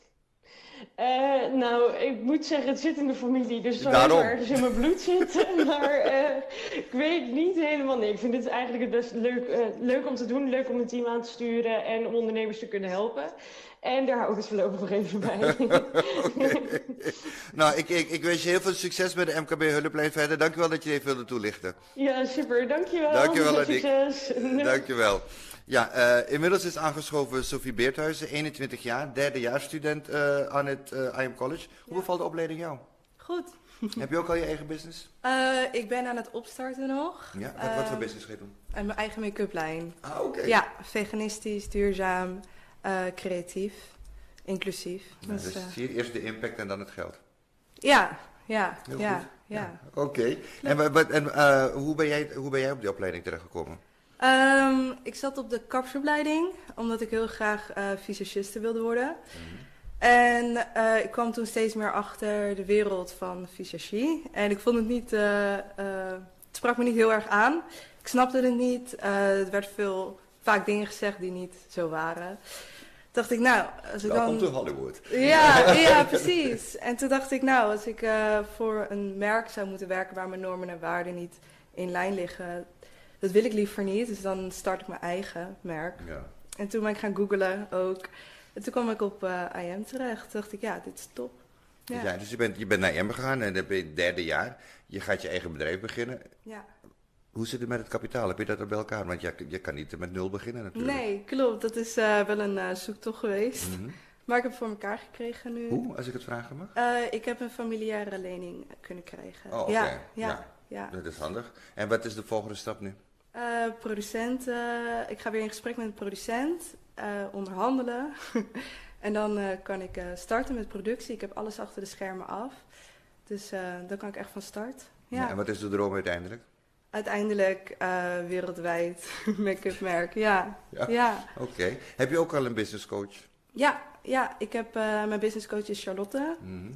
F: Nou, ik moet zeggen, het zit in de familie, dus het zou
B: Daarom.
F: wel ergens in mijn bloed zitten. Maar ik weet niet helemaal. Nee, ik vind het eigenlijk het best leuk om te doen, leuk om een team aan te sturen en om ondernemers te kunnen helpen. En daar hou ik het voorlopig nog even bij.
B: Okay. Nou, ik wens je heel veel succes met de MKB Hulplijn verder. Dankjewel dat je even wilde toelichten.
F: Ja, super. Dankjewel.
B: Dankjewel, Aniek.
F: Succes.
B: Dankjewel. Ja, inmiddels is aangeschoven Sophie Beerthuizen, 21 jaar, derdejaarsstudent aan het IM College. Hoe bevalt de opleiding jou?
G: Goed.
B: Heb je ook al je eigen business?
G: Ik ben aan het opstarten nog.
B: Ja, wat voor business ga je doen?
G: En mijn eigen make-up lijn.
B: Ah, oké.
G: Ja, veganistisch, duurzaam, creatief, inclusief.
B: Nou, dus zie je eerst de impact en dan het geld.
G: Ja.
B: Oké. En hoe ben jij op die opleiding terechtgekomen?
G: Ik zat op de kapsopleiding, omdat ik heel graag visagiste wilde worden. En ik kwam toen steeds meer achter de wereld van visagie. En ik vond het niet, het sprak me niet heel erg aan. Ik snapte het niet. Er werd vaak dingen gezegd die niet zo waren. Toen dacht ik, nou, als ik
B: Welkom to Hollywood.
G: Ja, precies. En toen dacht ik, nou, als ik voor een merk zou moeten werken waar mijn normen en waarden niet in lijn liggen, dat wil ik liever niet. Dus dan start ik mijn eigen merk.
B: Ja.
G: En toen ben ik gaan googlen ook. En toen kwam ik op IM terecht. Toen dacht ik, ja, dit is top.
B: Ja, dus je bent naar IM gegaan en dan ben je het derde jaar. Je gaat je eigen bedrijf beginnen.
G: Ja.
B: Hoe zit het met het kapitaal? Heb je dat er bij elkaar? Want je kan niet met 0 beginnen natuurlijk.
G: Nee, klopt. Dat is wel een zoektocht geweest. Maar ik heb het voor elkaar gekregen nu.
B: Hoe, als ik het vragen mag?
G: Ik heb een familiaire lening kunnen krijgen.
B: Oh, oké.
G: Ja.
B: Dat is handig. En wat is de volgende stap nu?
G: Producent, ik ga weer in gesprek met een producent, onderhandelen. En dan kan ik starten met productie. Ik heb alles achter de schermen af. Dus dan kan ik echt van start. Ja.
B: En wat is de droom uiteindelijk?
G: Uiteindelijk wereldwijd make-up merk, ja.
B: Oké. Heb je ook al een business coach?
G: Ja, ik heb mijn business coach is Charlotte.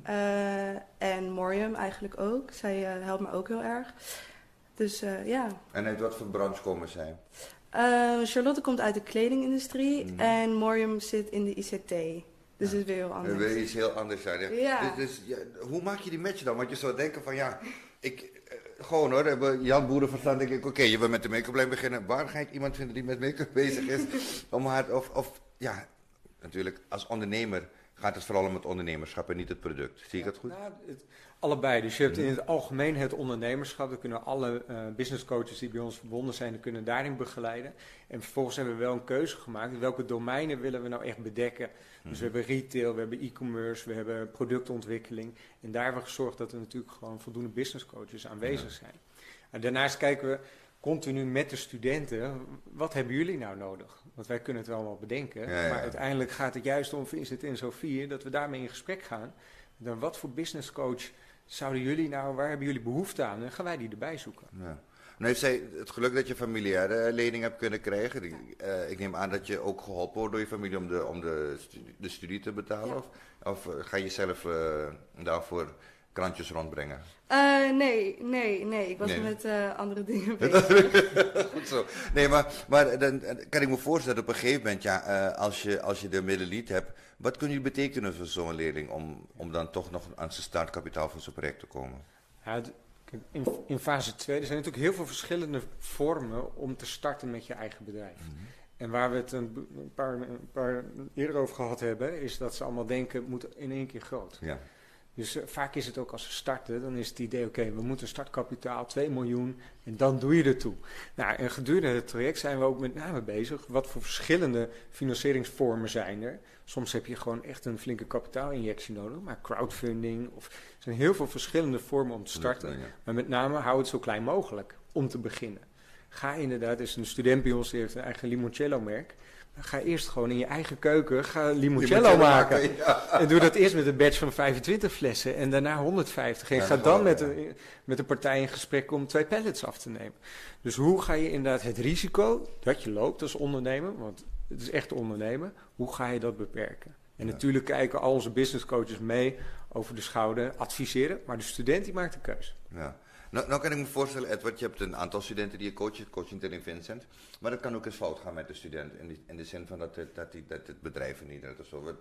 G: En Morium eigenlijk ook. Zij helpt me ook heel erg. Dus ja.
B: En uit wat voor branche komen zij?
G: Charlotte komt uit de kledingindustrie en Morium zit in de ICT. Dus het is weer heel anders.
B: Weer iets heel anders zijn. Ja.
G: Ja.
B: Dus, hoe maak je die match dan? Want je zou denken van gewoon hoor, Jan Boerenverstand denk ik, oké, je wil met de make-up lijn beginnen. Waar ga ik iemand vinden die met make-up bezig is? Om haar, natuurlijk, als ondernemer gaat het vooral om het ondernemerschap en niet het product. Zie ik dat goed?
E: Nou, allebei. Dus je hebt in het algemeen het ondernemerschap. Dan kunnen alle business coaches die bij ons verbonden zijn, kunnen daarin begeleiden. En vervolgens hebben we wel een keuze gemaakt. Welke domeinen willen we nou echt bedekken? Dus we hebben retail, we hebben e-commerce, we hebben productontwikkeling. En daar hebben we gezorgd dat er natuurlijk gewoon voldoende business coaches aanwezig zijn. En daarnaast kijken we continu met de studenten, wat hebben jullie nou nodig? Want wij kunnen het wel wel bedenken, maar uiteindelijk gaat het juist om Vincent en Sophie, dat we daarmee in gesprek gaan. Dan wat voor business coach zouden jullie nou, waar hebben jullie behoefte aan? En gaan wij die erbij zoeken. Ja.
B: Nu heeft zij het geluk dat je familiaire lening hebt kunnen krijgen. Ik neem aan dat je ook geholpen wordt door je familie om de studie te betalen. Ja. Of ga je zelf daarvoor krantjes rondbrengen?
G: Nee. Ik was met andere dingen bezig.
B: Goed zo. Nee, maar dan kan ik me voorstellen dat op een gegeven moment, als je de middelen niet hebt, wat kun je betekenen voor zo'n leerling om dan toch nog aan zijn startkapitaal voor zo'n project te komen?
E: Ja, in fase 2, er zijn natuurlijk heel veel verschillende vormen om te starten met je eigen bedrijf. En waar we het een paar eerder over gehad hebben, is dat ze allemaal denken, het moet in één keer groot. Ja. Dus vaak is het ook als ze starten, dan is het idee, oké, we moeten een startkapitaal, 2 miljoen, en dan doe je er toe. Nou, en gedurende het traject zijn we ook met name bezig, wat voor verschillende financieringsvormen zijn er. Soms heb je gewoon echt een flinke kapitaalinjectie nodig, maar crowdfunding, er zijn heel veel verschillende vormen om te starten. Ja. Maar met name hou het zo klein mogelijk om te beginnen. Ga inderdaad, is een student bij ons, die heeft een eigen limoncello merk. Ga eerst gewoon in je eigen keuken limoncello maken. Ja. En doe dat eerst met een batch van 25 flessen en daarna 150. En ga dan met de partij in gesprek om 2 pallets af te nemen. Dus hoe ga je inderdaad het risico dat je loopt als ondernemer, want het is echt ondernemen, hoe ga je dat beperken? En natuurlijk kijken al onze business coaches mee over de schouder, adviseren, maar de student die maakt de keus. Ja.
B: Nou kan ik me voorstellen, Edward, je hebt een aantal studenten die je coaching in Vincent. Maar dat kan ook eens fout gaan met de student. In de zin van dat het bedrijf vernietigt of zo.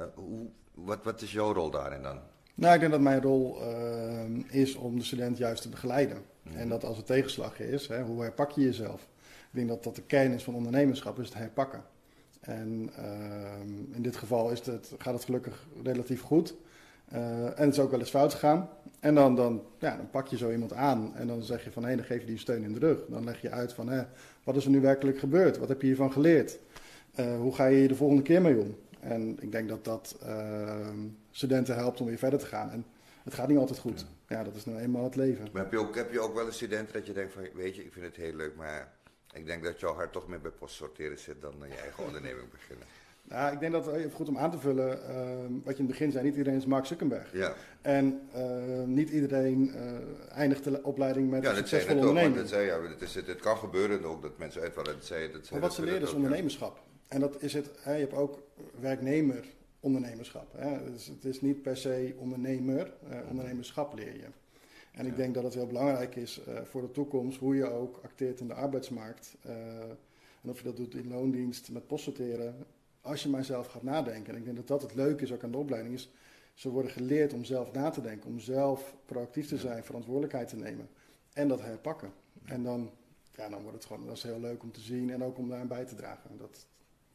B: Wat is jouw rol daarin dan?
D: Nou, ik denk dat mijn rol is om de student juist te begeleiden. En dat als er tegenslag is, hoe herpak je jezelf? Ik denk dat de kern is van ondernemerschap, is het herpakken. En in dit geval gaat het gelukkig relatief goed. En het is ook wel eens fout gegaan. En dan pak je zo iemand aan en dan zeg je van dan geef je die steun in de rug. Dan leg je uit van wat is er nu werkelijk gebeurd? Wat heb je hiervan geleerd? Hoe ga je de volgende keer mee om? En ik denk dat studenten helpt om weer verder te gaan. En het gaat niet altijd goed. Ja, dat is nou eenmaal het leven.
B: Maar heb je ook wel een student dat je denkt van, weet je, ik vind het heel leuk, maar ik denk dat jouw hart toch meer bij postsorteren zit dan je eigen onderneming beginnen.
D: Nou, ik denk dat even goed om aan te vullen, wat je in het begin zei, niet iedereen is Mark Zuckerberg. Ja. En niet iedereen eindigt de opleiding met een succesvolle onderneming.
B: Het kan gebeuren ook dat mensen uitvallen.
D: Maar wat ze leren is ondernemerschap. En dat is het, je hebt ook werknemer-ondernemerschap. Dus het is niet per se ondernemer, ondernemerschap leer je. En ik denk dat het heel belangrijk is voor de toekomst, hoe je ook acteert in de arbeidsmarkt. En of je dat doet in loondienst, met postsorteren. Als je maar zelf gaat nadenken. En ik denk dat dat het leuke is ook aan de opleiding. Is, ze worden geleerd om zelf na te denken. Om zelf proactief te zijn, verantwoordelijkheid te nemen. En dat herpakken. En dan wordt het gewoon, dat is heel leuk om te zien. En ook om daaraan bij te dragen.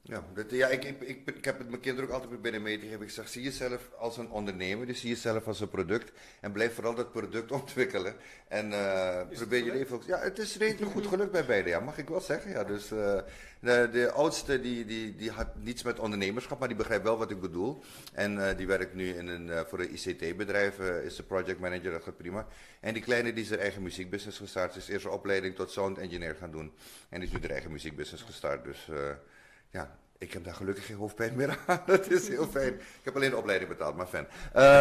B: Ja, ik heb het mijn kinderen ook altijd proberen mee te geven. Ik zeg, zie jezelf als een ondernemer, dus zie jezelf als een product. En blijf vooral dat product ontwikkelen. En probeer je leven ook... Ja, het is redelijk goed gelukt bij beide, ja, mag ik wel zeggen. Ja, dus de oudste die had niets met ondernemerschap, maar die begrijpt wel wat ik bedoel. En die werkt nu voor een ICT-bedrijf, is de project manager, dat gaat prima. En die kleine die zijn eigen muziekbusiness gestart, is eerst een opleiding tot sound engineer gaan doen. En die is nu de eigen muziekbusiness gestart, dus... Ja, ik heb daar gelukkig geen hoofdpijn meer aan. Dat is heel fijn. Ik heb alleen de opleiding betaald, maar fijn.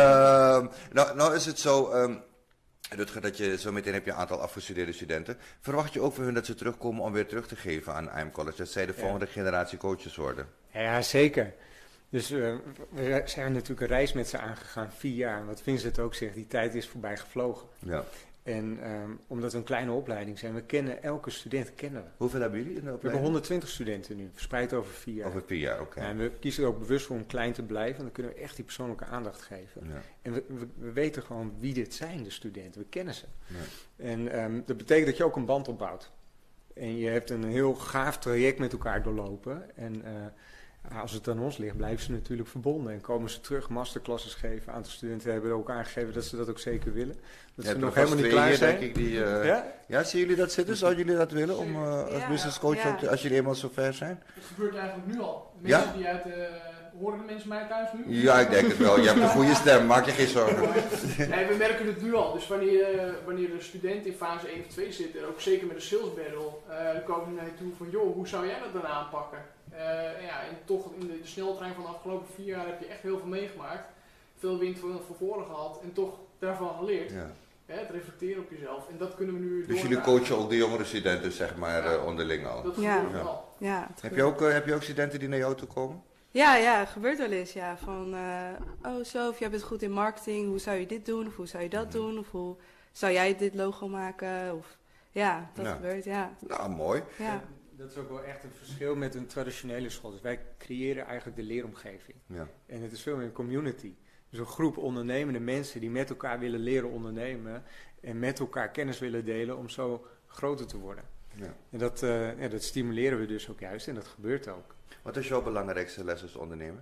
B: Nou is het zo, Rutger, dat je zo meteen heb je een aantal afgestudeerde studenten. Verwacht je ook van hun dat ze terugkomen om weer terug te geven aan IM College? Dat zij de volgende generatie coaches worden?
E: Ja, zeker. Dus we zijn natuurlijk een reis met ze aangegaan, 4 jaar. En wat Vincent ook zegt, die tijd is voorbij gevlogen.
B: Ja.
E: En omdat we een kleine opleiding zijn, we kennen elke student kennen we.
B: Hoeveel hebben jullie in de
E: We
B: opleiding?
E: hebben 120 studenten nu, verspreid over 4 jaar.
B: Over 4 jaar, oké.
E: Ja, en we kiezen er ook bewust voor om klein te blijven, want dan kunnen we echt die persoonlijke aandacht geven.
B: Ja.
E: En we weten gewoon wie dit zijn, de studenten. We kennen ze.
B: Ja.
E: En dat betekent dat je ook een band opbouwt. En je hebt een heel gaaf traject met elkaar doorlopen. En als het aan ons ligt, blijven ze natuurlijk verbonden. En komen ze terug, masterclasses geven. Een aantal studenten hebben ook aangegeven dat ze dat ook zeker willen. Dat ze nog helemaal niet klaar zijn.
B: Denk ik, ja, zien jullie dat zitten? Zouden jullie dat willen om als business coach, ook als jullie eenmaal zover zijn?
C: Het gebeurt eigenlijk nu al. Mensen die horen de mensen mij thuis nu?
B: Ja, ik denk het wel. Je hebt een goede stem, maak je geen zorgen.
C: Nee, we merken het nu al. Dus wanneer de studenten in fase 1 of 2 zitten, en ook zeker met de sales battle, dan komen ze naar je toe van, joh, hoe zou jij dat dan aanpakken? En toch in de sneltrein van de afgelopen 4 jaar heb je echt heel veel meegemaakt. Veel wind van voren gehad en toch daarvan geleerd.
B: Ja.
C: Het reflecteren op jezelf. En dat kunnen we nu
B: Dus jullie coachen ook de jongere studenten, zeg maar, onderling al?
C: Dat gebeurt al.
G: Ja,
B: heb je ook studenten die naar jou toe komen?
G: Ja, gebeurt wel eens. Ja, van, Sof, jij bent goed in marketing. Hoe zou je dit doen? Of hoe zou je dat doen? Of hoe zou jij dit logo maken? Of, ja, dat gebeurt, ja.
B: Nou, mooi.
G: Ja.
E: Dat is ook wel echt een verschil met een traditionele school. Dus wij creëren eigenlijk de leeromgeving.
B: Ja.
E: En het is veel meer een community. Dus een groep ondernemende mensen die met elkaar willen leren ondernemen. En met elkaar kennis willen delen om zo groter te worden.
B: Ja.
E: En dat stimuleren we dus ook juist. En dat gebeurt ook.
B: Wat is jouw belangrijkste les als ondernemer?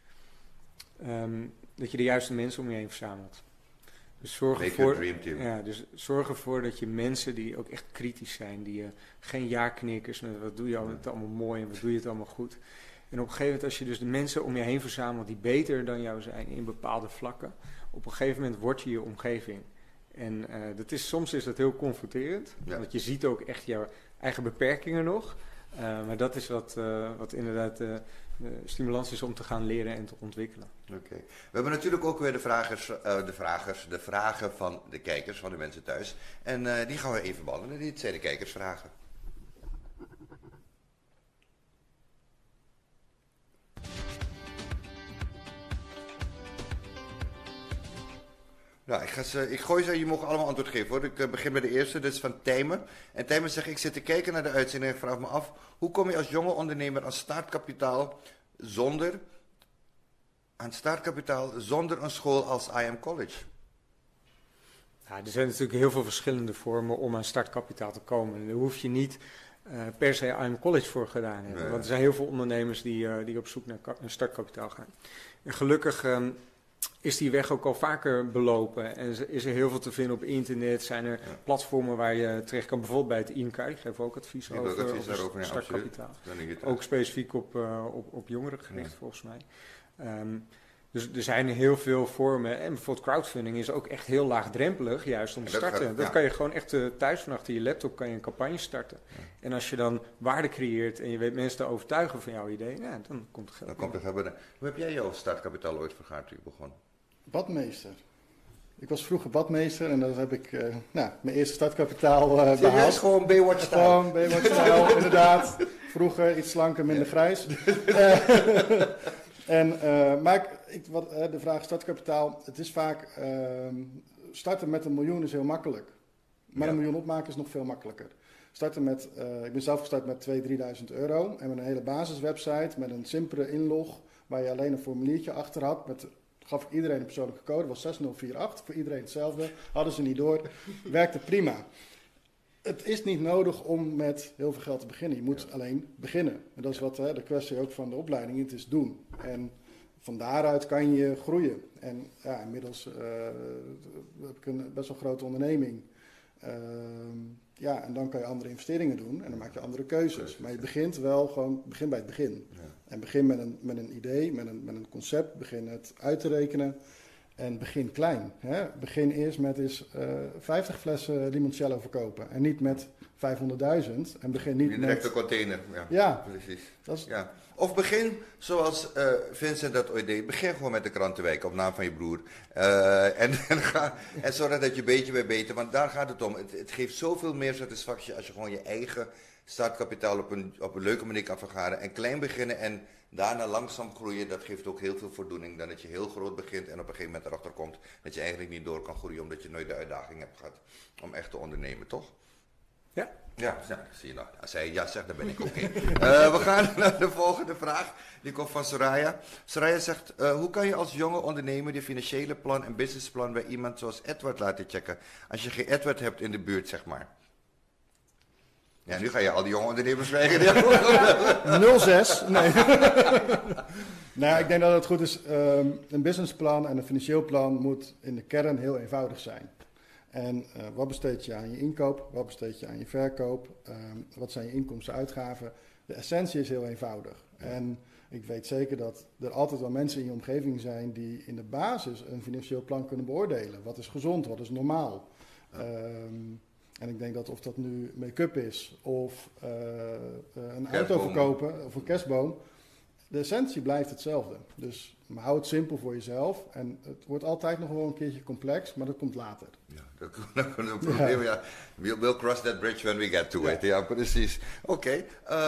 E: Dat je de juiste mensen om je heen verzamelt. Dus zorg ervoor dat je mensen die ook echt kritisch zijn, die geen ja-knikkers, wat doe je het allemaal mooi en wat doe je het allemaal goed. En op een gegeven moment, als je dus de mensen om je heen verzamelt die beter dan jou zijn in bepaalde vlakken, op een gegeven moment word je je omgeving. En soms is dat heel confronterend, want je ziet ook echt jouw eigen beperkingen nog. Maar dat is wat inderdaad stimulans is om te gaan leren en te ontwikkelen.
B: Oké. We hebben natuurlijk ook weer de vragen van de kijkers, van de mensen thuis. En die gaan we even behandelen. Dit zijn de kijkersvragen. Nou, ik gooi ze, je mag allemaal antwoord geven hoor. Ik begin bij de eerste, dit is van Tijmen. En Tijmen zegt, ik zit te kijken naar de uitzending en ik vraag me af, hoe kom je als jonge ondernemer aan startkapitaal zonder een school als IM College?
E: Ja, er zijn natuurlijk heel veel verschillende vormen om aan startkapitaal te komen. En daar hoef je niet per se IM College voor gedaan hebben.
B: Nee.
E: Want er zijn heel veel ondernemers die op zoek naar startkapitaal gaan. En gelukkig is die weg ook al vaker belopen. En is er heel veel te vinden op internet. Zijn er platformen waar je terecht kan. Bijvoorbeeld bij het IMK. Ik geef ook advies over startkapitaal. Ook specifiek op jongeren gericht volgens mij. Dus er zijn heel veel vormen. En bijvoorbeeld crowdfunding is ook echt heel laagdrempelig juist om te starten. Dat kan je gewoon echt thuis van achter je laptop kan je een campagne starten. Ja. En als je dan waarde creëert en je weet mensen te overtuigen van jouw idee, dan komt het geld.
B: Hoe heb jij jouw startkapitaal ooit vergaard toen je begon?
D: Badmeester. Ik was vroeger badmeester en dan heb ik mijn eerste startkapitaal behaald.
B: Serieus, gewoon Baywatch-stijl?
D: Gewoon Baywatch-stijl, inderdaad. Vroeger iets slanker, minder grijs. De vraag startkapitaal, het is vaak, starten met $1 miljoen is heel makkelijk. Maar $1 miljoen opmaken is nog veel makkelijker. Ik ben zelf gestart met €2.000, €3.000 en met een hele basiswebsite, met een simpele inlog, waar je alleen een formuliertje achter had. Gaf ik iedereen een persoonlijke code, dat was 6048, voor iedereen hetzelfde, hadden ze niet door, werkte prima. Het is niet nodig om met heel veel geld te beginnen. Je moet alleen beginnen. En dat is wat de kwestie ook van de opleiding. Het is doen. En van daaruit kan je groeien. En ja, inmiddels heb ik een best wel grote onderneming. En dan kan je andere investeringen doen. En dan maak je andere keuzes. Maar je begint wel gewoon bij het begin. Ja. En begin met een idee, met een concept. Begin het uit te rekenen. En begin klein. Hè? Begin eerst met 50 flessen limoncello verkopen. En niet met 500.000. En begin niet
B: direct
D: met...
B: een container.
D: Ja.
B: Precies. Ja. Of begin zoals Vincent dat ooit deed. Begin gewoon met de krantenwijk op naam van je broer. En zorg dat je beetje bij beter. Want daar gaat het om. Het geeft zoveel meer satisfactie als je gewoon je eigen startkapitaal op een leuke manier kan vergaren. En klein beginnen en daarna langzaam groeien. Dat geeft ook heel veel voldoening. Dan dat je heel groot begint en op een gegeven moment erachter komt dat je eigenlijk niet door kan groeien. Omdat je nooit de uitdaging hebt gehad om echt te ondernemen, toch?
E: Ja.
B: Ja, zie je nou. Als hij ja zegt, dan ben ik oké. We gaan naar de volgende vraag. Die komt van Soraya. Soraya zegt, hoe kan je als jonge ondernemer je financiële plan en businessplan bij iemand zoals Edward laten checken? Als je geen Edward hebt in de buurt, zeg maar. Ja, nu ga je al die jonge ondernemers krijgen.
D: 06. Nee. Nou, ik denk dat het goed is. Een businessplan en een financieel plan moet in de kern heel eenvoudig zijn. En wat besteed je aan je inkoop? Wat besteed je aan je verkoop? Wat zijn je inkomsten en uitgaven? De essentie is heel eenvoudig. En ik weet zeker dat er altijd wel mensen in je omgeving zijn die in de basis een financieel plan kunnen beoordelen. Wat is gezond? Wat is normaal? En ik denk dat of dat nu make-up is of een auto verkopen of een kerstboom, de essentie blijft hetzelfde. Dus maar hou het simpel voor jezelf. En het wordt altijd nog wel een keertje complex, maar dat komt later.
B: Ja, dat is een probleem. Ja. We'll cross that bridge when we get to it. Ja, precies. Oké.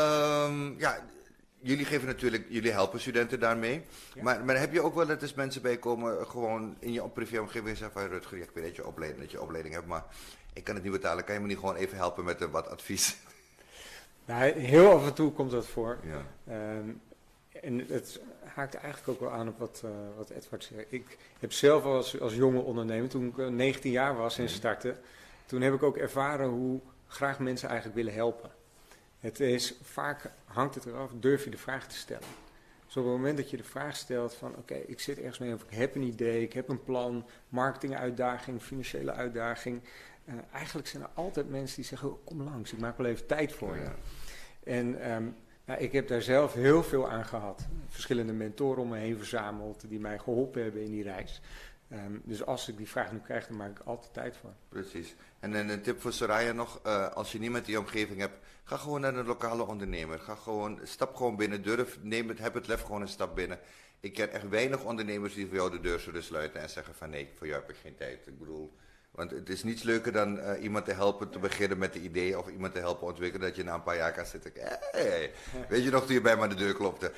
B: Jullie geven natuurlijk, jullie helpen studenten daarmee. Ja. Maar heb je ook wel dat er mensen bij komen, gewoon in je privéomgeving zeggen van Rutger, ik weet dat je opleiding hebt, maar ik kan het niet betalen. Kan je me niet gewoon even helpen met wat advies?
E: Nou, heel af en toe komt dat voor.
B: Ja.
E: En het haakt eigenlijk ook wel aan op wat Edward zei. Ik heb zelf als jonge ondernemer, toen ik 19 jaar was en startte, toen heb ik ook ervaren hoe graag mensen eigenlijk willen helpen. Het is vaak, hangt het eraf, durf je de vraag te stellen. Dus op het moment dat je de vraag stelt van oké, ik zit ergens mee of ik heb een idee, ik heb een plan, marketinguitdaging, financiële uitdaging. Eigenlijk zijn er altijd mensen die zeggen, oh, kom langs, ik maak wel even tijd voor je. En ik heb daar zelf heel veel aan gehad. Verschillende mentoren om me heen verzameld die mij geholpen hebben in die reis. Dus als ik die vraag nu krijg, dan maak ik altijd tijd voor.
B: Precies. En een tip voor Soraya nog, als je niemand in je omgeving hebt, ga gewoon naar een lokale ondernemer. Stap gewoon binnen, heb het lef gewoon een stap binnen. Ik ken echt weinig ondernemers die voor jou de deur zullen sluiten en zeggen van nee, voor jou heb ik geen tijd. Ik bedoel, want het is niets leuker dan iemand te helpen te beginnen met de idee of iemand te helpen ontwikkelen dat je na een paar jaar kan zitten. Hey, weet je nog toen je bij me aan de deur klopte?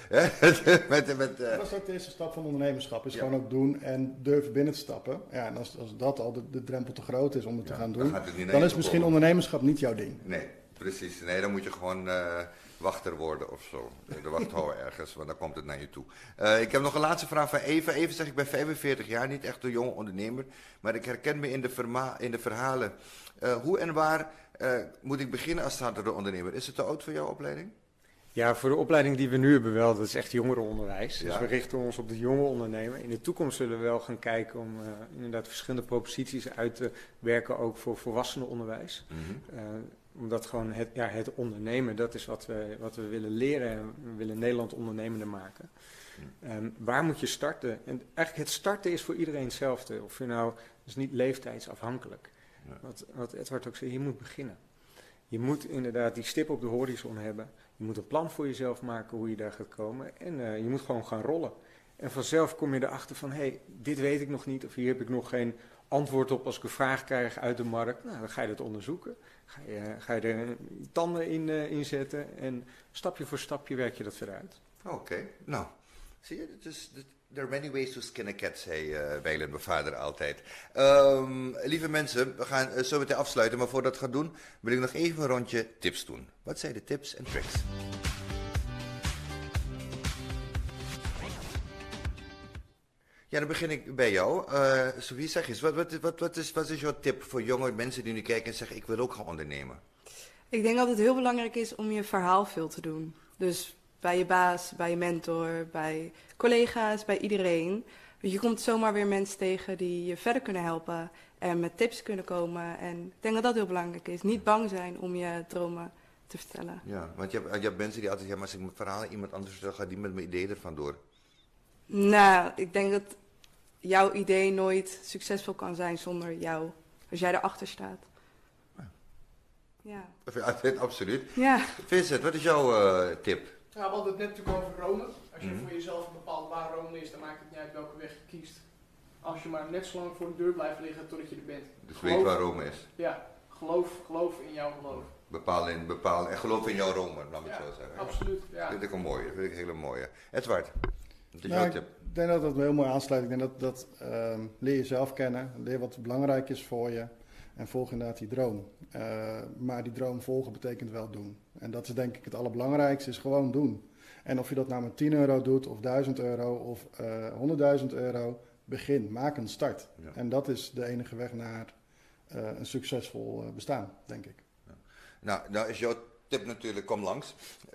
D: Dat was ook de eerste stap van ondernemerschap. Is gewoon ook doen en durven binnen te stappen. Ja, en als dat al de drempel te groot is om het te gaan doen, dan is misschien ondernemerschap niet jouw ding.
B: Nee, precies. Nee, dan moet je gewoon wachter worden of zo. De wachthouder ergens, want dan komt het naar je toe. Ik heb nog een laatste vraag van Eva. Eva zegt, ik ben 45 jaar, niet echt een jonge ondernemer, maar ik herken me in de verhalen. Hoe en waar moet ik beginnen als startende ondernemer? Is het te oud voor jouw opleiding?
E: Ja, voor de opleiding die we nu hebben wel, dat is echt jongerenonderwijs. Dus we richten ons op de jonge ondernemer. In de toekomst zullen we wel gaan kijken om inderdaad verschillende proposities uit te werken, ook voor volwassenenonderwijs. Omdat gewoon het ondernemen, dat is wat we willen leren en we willen Nederland ondernemender maken. Waar moet je starten? En eigenlijk het starten is voor iedereen hetzelfde. Of je nou, dat is niet leeftijdsafhankelijk. Ja. Wat Edward ook zei, je moet beginnen. Je moet inderdaad die stip op de horizon hebben. Je moet een plan voor jezelf maken hoe je daar gaat komen. En je moet gewoon gaan rollen. En vanzelf kom je erachter van, dit weet ik nog niet. Of hier heb ik nog geen antwoord op als ik een vraag krijg uit de markt. Nou, dan ga je dat onderzoeken. Ga je er tanden in zetten. En stapje voor stapje werk je dat verder uit.
B: Oké, nou. Zie je, there are many ways to skin a cat, zei Weilen, mijn vader altijd. Lieve mensen, we gaan zo meteen afsluiten. Maar voordat ik dat ga doen, wil ik nog even een rondje tips doen. Wat zijn de tips en tricks? Ja, dan begin ik bij jou. Sophie, zeg eens, wat is jouw tip voor jonge mensen die nu kijken en zeggen, ik wil ook gaan ondernemen?
G: Ik denk dat het heel belangrijk is om je verhaal veel te doen. Dus bij je baas, bij je mentor, bij collega's, bij iedereen. Want je komt zomaar weer mensen tegen die je verder kunnen helpen en met tips kunnen komen. En ik denk dat dat heel belangrijk is. Niet bang zijn om je dromen te vertellen.
B: Ja, want je hebt mensen die altijd zeggen, maar als ik mijn verhaal aan iemand anders vertel, gaat die met mijn idee ervan door.
G: Nou, ik denk dat jouw idee nooit succesvol kan zijn zonder jou. Als jij erachter staat. Ja.
B: Absoluut.
G: Ja.
B: Vincent, wat is jouw tip?
C: Ja, we hadden het net natuurlijk over Rome. Als je voor jezelf een bepaald waar Rome is, dan maakt het niet uit welke weg je kiest. Als je maar net zo lang voor de deur blijft liggen totdat je er bent.
B: Dus weet waar Rome is.
C: Ja, geloof in jouw geloof.
B: Bepaal en geloof in jouw Rome, laat me het zo zeggen.
C: Absoluut, ja.
B: Dat vind ik een mooie, dat vind ik een hele mooie. Edward, wat is
D: Nou,
B: jouw tip?
D: Ik denk dat dat heel mooi aansluit. Ik denk dat leer jezelf kennen, leer wat belangrijk is voor je en volg inderdaad die droom. Maar die droom volgen betekent wel doen. En dat is denk ik het allerbelangrijkste, is gewoon doen. En of je dat nou met 10 euro doet, of 1000 euro, of 100.000 euro, begin, maak een start.
B: Ja.
D: En dat is de enige weg naar een succesvol bestaan, denk ik.
B: Ja. Nou is jouw tip natuurlijk, kom langs.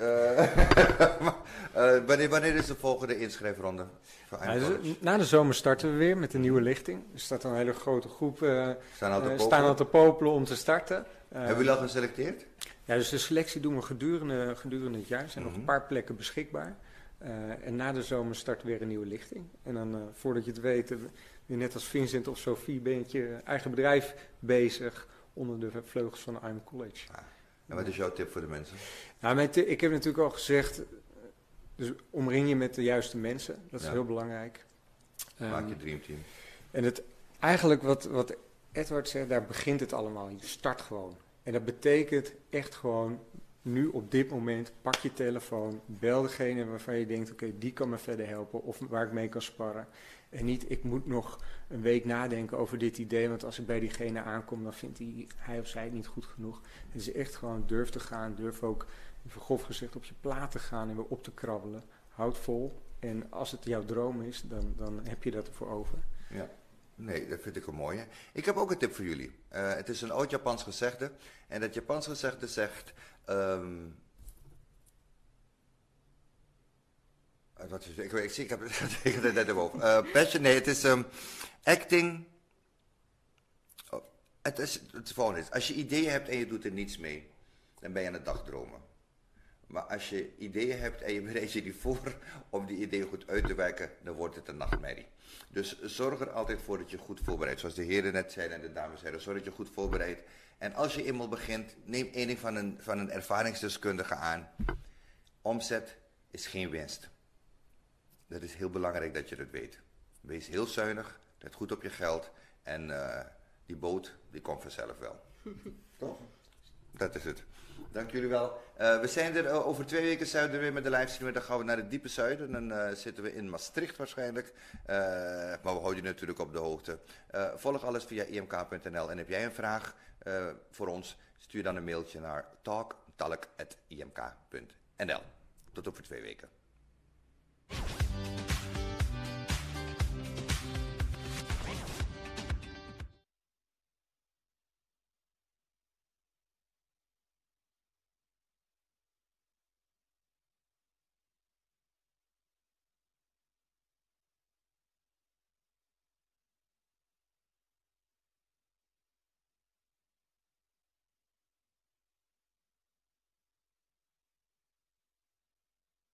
B: Wanneer is de volgende inschrijfronde? Voor
E: Dus na de zomer starten we weer met een nieuwe lichting. Er staat een hele grote groep staan al te popelen om te starten.
B: Hebben jullie al geselecteerd?
E: Ja, dus de selectie doen we gedurende het jaar. Er zijn nog een paar plekken beschikbaar. En na de zomer start weer een nieuwe lichting. En dan, voordat je het weet, weer net als Vincent of Sophie, ben je met je eigen bedrijf bezig onder de vleugels van IM College.
B: En wat is jouw tip voor de mensen?
E: Nou, ik heb natuurlijk al gezegd, dus omring je met de juiste mensen. Dat is heel belangrijk.
B: Maak je dreamteam.
E: En eigenlijk wat Edward zegt, daar begint het allemaal. Je start gewoon. En dat betekent echt gewoon, nu op dit moment, pak je telefoon, bel degene waarvan je denkt, oké, die kan me verder helpen of waar ik mee kan sparren. En niet, ik moet nog een week nadenken over dit idee, want als ik bij diegene aankom, dan vindt hij of zij het niet goed genoeg. Het is echt gewoon, durf te gaan, durf ook, even grof gezegd, op je plaat te gaan en weer op te krabbelen. Houd vol. En als het jouw droom is, dan heb je dat ervoor over.
B: Ja. Nee, dat vind ik een mooie. Ik heb ook een tip voor jullie. Het is een oud Japans gezegde. En dat Japans gezegde zegt... ik heb het net over. Passion, nee, het is acting... Het is het volgende. Als je ideeën hebt en je doet er niets mee, dan ben je aan het dagdromen. Maar als je ideeën hebt en je bereidt je die voor om die ideeën goed uit te werken, dan wordt het een nachtmerrie. Dus zorg er altijd voor dat je goed voorbereidt. Zoals de heren net zeiden en de dames zeiden, zorg dat je goed voorbereidt. En als je eenmaal begint, neem één ding van een ervaringsdeskundige aan. Omzet is geen winst. Dat is heel belangrijk dat je dat weet. Wees heel zuinig, let goed op je geld en die boot, die komt vanzelf wel. Toch? Dat is het. Dank jullie wel. We zijn er over 2 weken zijn we weer met de livestream. Dan gaan we naar het diepe zuiden. Dan zitten we in Maastricht waarschijnlijk. Maar we houden je natuurlijk op de hoogte. Volg alles via imk.nl. En heb jij een vraag voor ons? Stuur dan een mailtje naar talk@imk.nl. Tot over 2 weken.